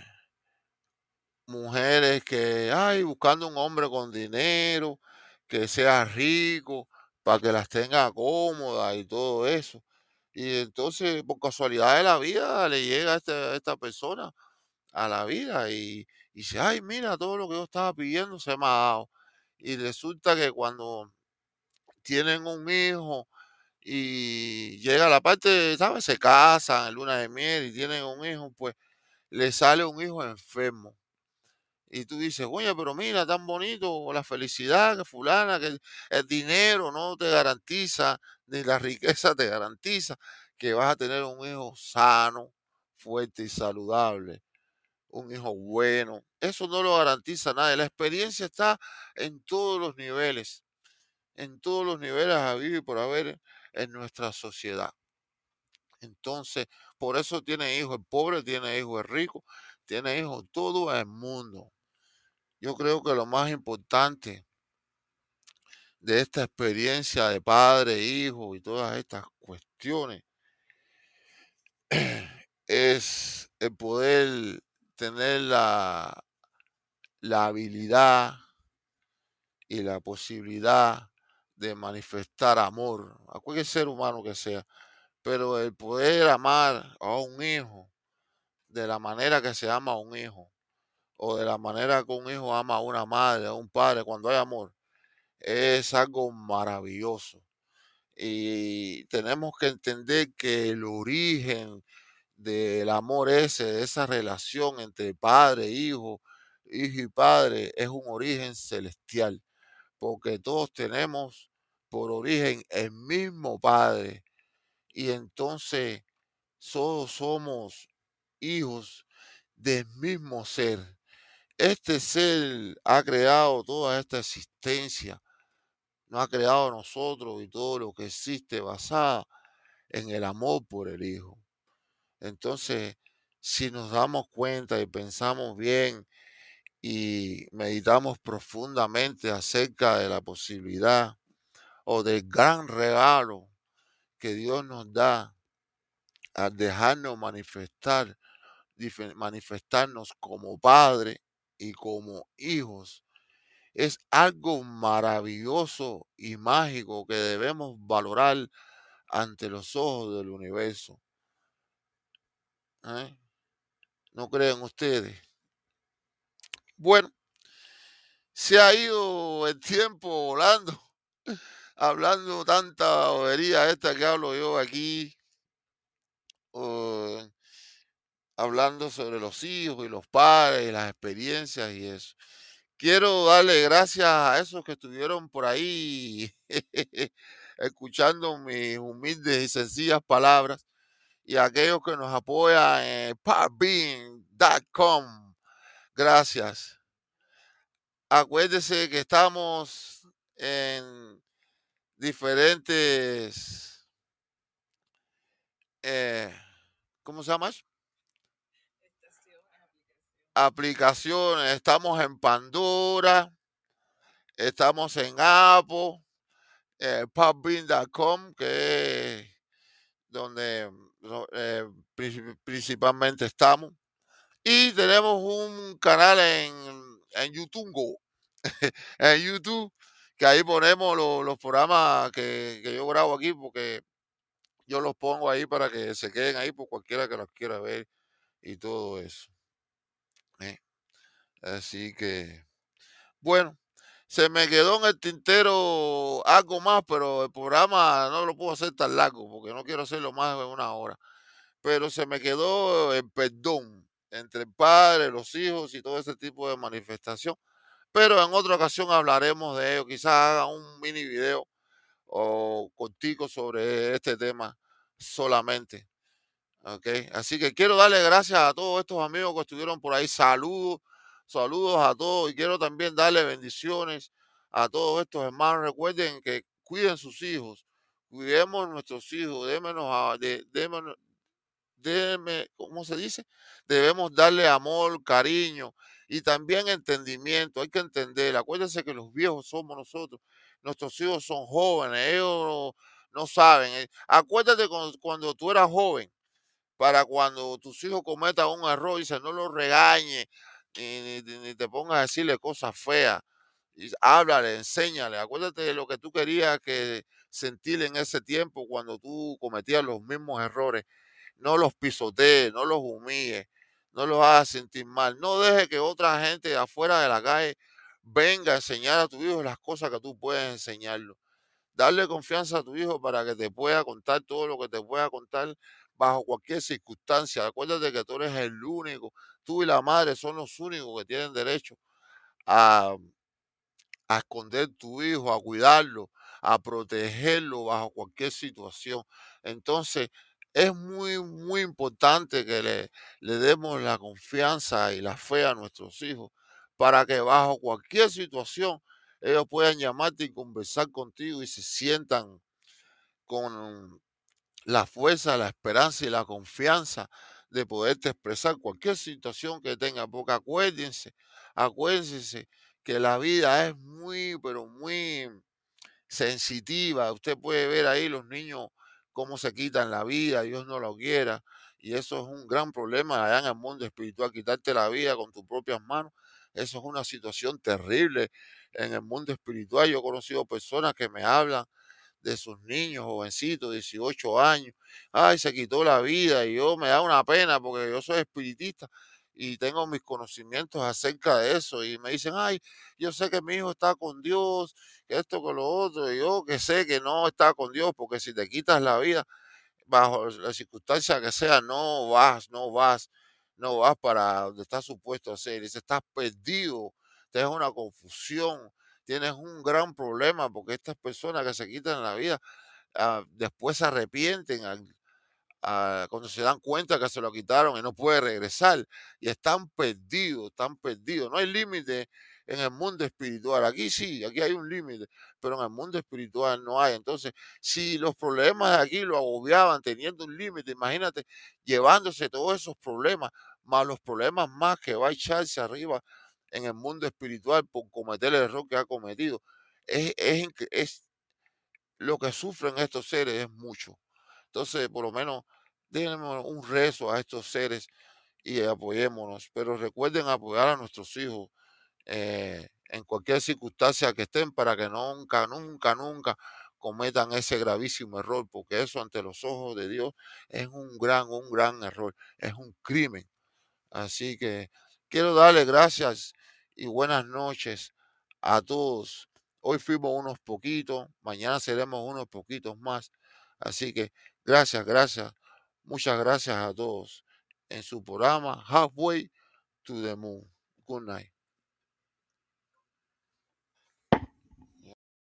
mujeres que, ay, buscando un hombre con dinero, que sea rico, para que las tenga cómodas y todo eso. Y entonces, por casualidad de la vida, le llega a este- a esta persona a la vida y, y dice, ay, mira, todo lo que yo estaba pidiendo se me ha dado. Y resulta que cuando tienen un hijo y llega la parte, ¿sabes? Se casan en luna de miel y tienen un hijo, pues le sale un hijo enfermo. Y tú dices, oye, pero mira, tan bonito, la felicidad que fulana, que el, el dinero no te garantiza, ni la riqueza te garantiza que vas a tener un hijo sano, fuerte y saludable, un hijo bueno. Eso no lo garantiza nadie. La experiencia está en todos los niveles, en todos los niveles a vivir y por haber en nuestra sociedad. Entonces, por eso tiene hijos el pobre, tiene hijos el rico, tiene hijos todo el mundo. Yo creo que lo más importante de esta experiencia de padre, hijo y todas estas cuestiones es el poder tener la, la habilidad y la posibilidad de manifestar amor a cualquier ser humano que sea, pero el poder amar a un hijo de la manera que se ama a un hijo, o de la manera que un hijo ama a una madre, a un padre, cuando hay amor, es algo maravilloso. Y tenemos que entender que el origen del amor ese, de esa relación entre padre, hijo, hijo y padre, es un origen celestial, porque todos tenemos por origen el mismo padre. Y entonces todos somos hijos del mismo ser. Este ser ha creado toda esta existencia, nos ha creado a nosotros y todo lo que existe basada en el amor por el Hijo. Entonces, si nos damos cuenta y pensamos bien y meditamos profundamente acerca de la posibilidad o del gran regalo que Dios nos da al dejarnos manifestar, dife- manifestarnos como padre y como hijos, es algo maravilloso y mágico que debemos valorar ante los ojos del universo. ¿Eh? ¿No creen ustedes? Bueno, se ha ido el tiempo volando, hablando tanta bobería esta que hablo yo aquí, eh, hablando sobre los hijos y los padres y las experiencias y eso. Quiero darle gracias a esos que estuvieron por ahí escuchando mis humildes y sencillas palabras y a aquellos que nos apoyan en podbean punto com. Gracias. Acuérdese que estamos en diferentes, eh, ¿cómo se llama eso? Aplicaciones. Estamos en Pandora, estamos en Apple, eh, podbean punto com, que es donde no, eh, princip- principalmente estamos. Y tenemos un canal en, en YouTube, en YouTube, que ahí ponemos lo- los programas que, que yo grabo aquí, porque yo los pongo ahí para que se queden ahí por cualquiera que los quiera ver y todo eso. ¿Eh? Así que, bueno, se me quedó en el tintero algo más, pero el programa no lo puedo hacer tan largo porque no quiero hacerlo más de una hora. Pero se me quedó el perdón entre el padre, los hijos y todo ese tipo de manifestación. Pero en otra ocasión hablaremos de ello. Quizás haga un mini video o cortico sobre este tema solamente. ¿Ok? Así que quiero darle gracias a todos estos amigos que estuvieron por ahí. Saludos, saludos a todos. Y quiero también darle bendiciones a todos estos hermanos. Recuerden que cuiden sus hijos. Cuidemos nuestros hijos. Démenos, a- de, démonos- déme- ¿cómo se dice? Debemos darle amor, cariño y también entendimiento. Hay que entender. Acuérdense que los viejos somos nosotros. Nuestros hijos son jóvenes. Ellos no, no saben. eh. Acuérdate cuando, cuando tú eras joven, para cuando tus hijos cometan un error, dice, no los regañes, ni, ni- ni te pongas a decirle cosas feas. Y háblale, enséñale. Acuérdate de lo que tú querías que sentir en ese tiempo cuando tú cometías los mismos errores. No los pisotees, no los humilles, no los hagas sentir mal. No deje que otra gente de afuera de la calle venga a enseñar a tu hijo las cosas que tú puedes enseñarlo. Darle confianza a tu hijo para que te pueda contar todo lo que te pueda contar bajo cualquier circunstancia. Acuérdate que tú eres el único, tú y la madre son los únicos que tienen derecho a, a esconder tu hijo, a cuidarlo, a protegerlo bajo cualquier situación. Entonces, es muy, muy importante que le, le demos la confianza y la fe a nuestros hijos para que bajo cualquier situación ellos puedan llamarte y conversar contigo y se sientan con la fuerza, la esperanza y la confianza de poderte expresar cualquier situación que tenga, porque acuérdense, acuérdense que la vida es muy, pero muy sensitiva. Usted puede ver ahí los niños cómo se quitan la vida, Dios no lo quiera, y eso es un gran problema allá en el mundo espiritual, quitarte la vida con tus propias manos. Eso es una situación terrible en el mundo espiritual. Yo he conocido personas que me hablan de sus niños, jovencitos, dieciocho años. Ay, se quitó la vida y yo me da una pena porque yo soy espiritista y tengo mis conocimientos acerca de eso y me dicen, ay, yo sé que mi hijo está con Dios, que esto, que lo otro, y yo que sé que no está con Dios, porque si te quitas la vida, bajo la circunstancia que sea, no vas, no vas, no vas para donde estás supuesto a ser. Dice, estás perdido, tienes una confusión, tienes un gran problema, porque estas personas que se quitan la vida, ah, después se arrepienten al- ah, cuando se dan cuenta que se lo quitaron y no puede regresar. Y están perdidos, están perdidos. No hay límite en el mundo espiritual. Aquí sí, aquí hay un límite, pero en el mundo espiritual no hay. Entonces, si los problemas de aquí lo agobiaban teniendo un límite, imagínate llevándose todos esos problemas, más los problemas más que va a echarse arriba en el mundo espiritual por cometer el error que ha cometido. Es, es, incre- es lo que sufren estos seres es mucho. Entonces, por lo menos, déjenme un rezo a estos seres y apoyémonos. Pero recuerden apoyar a nuestros hijos eh, en cualquier circunstancia que estén para que nunca, nunca, nunca cometan ese gravísimo error, porque eso ante los ojos de Dios es un gran, un gran error, es un crimen. Así que quiero darle gracias y buenas noches a todos. Hoy fuimos unos poquitos, mañana seremos unos poquitos más. Así que gracias, gracias, muchas gracias a todos en su programa Halfway to the Moon. Good night.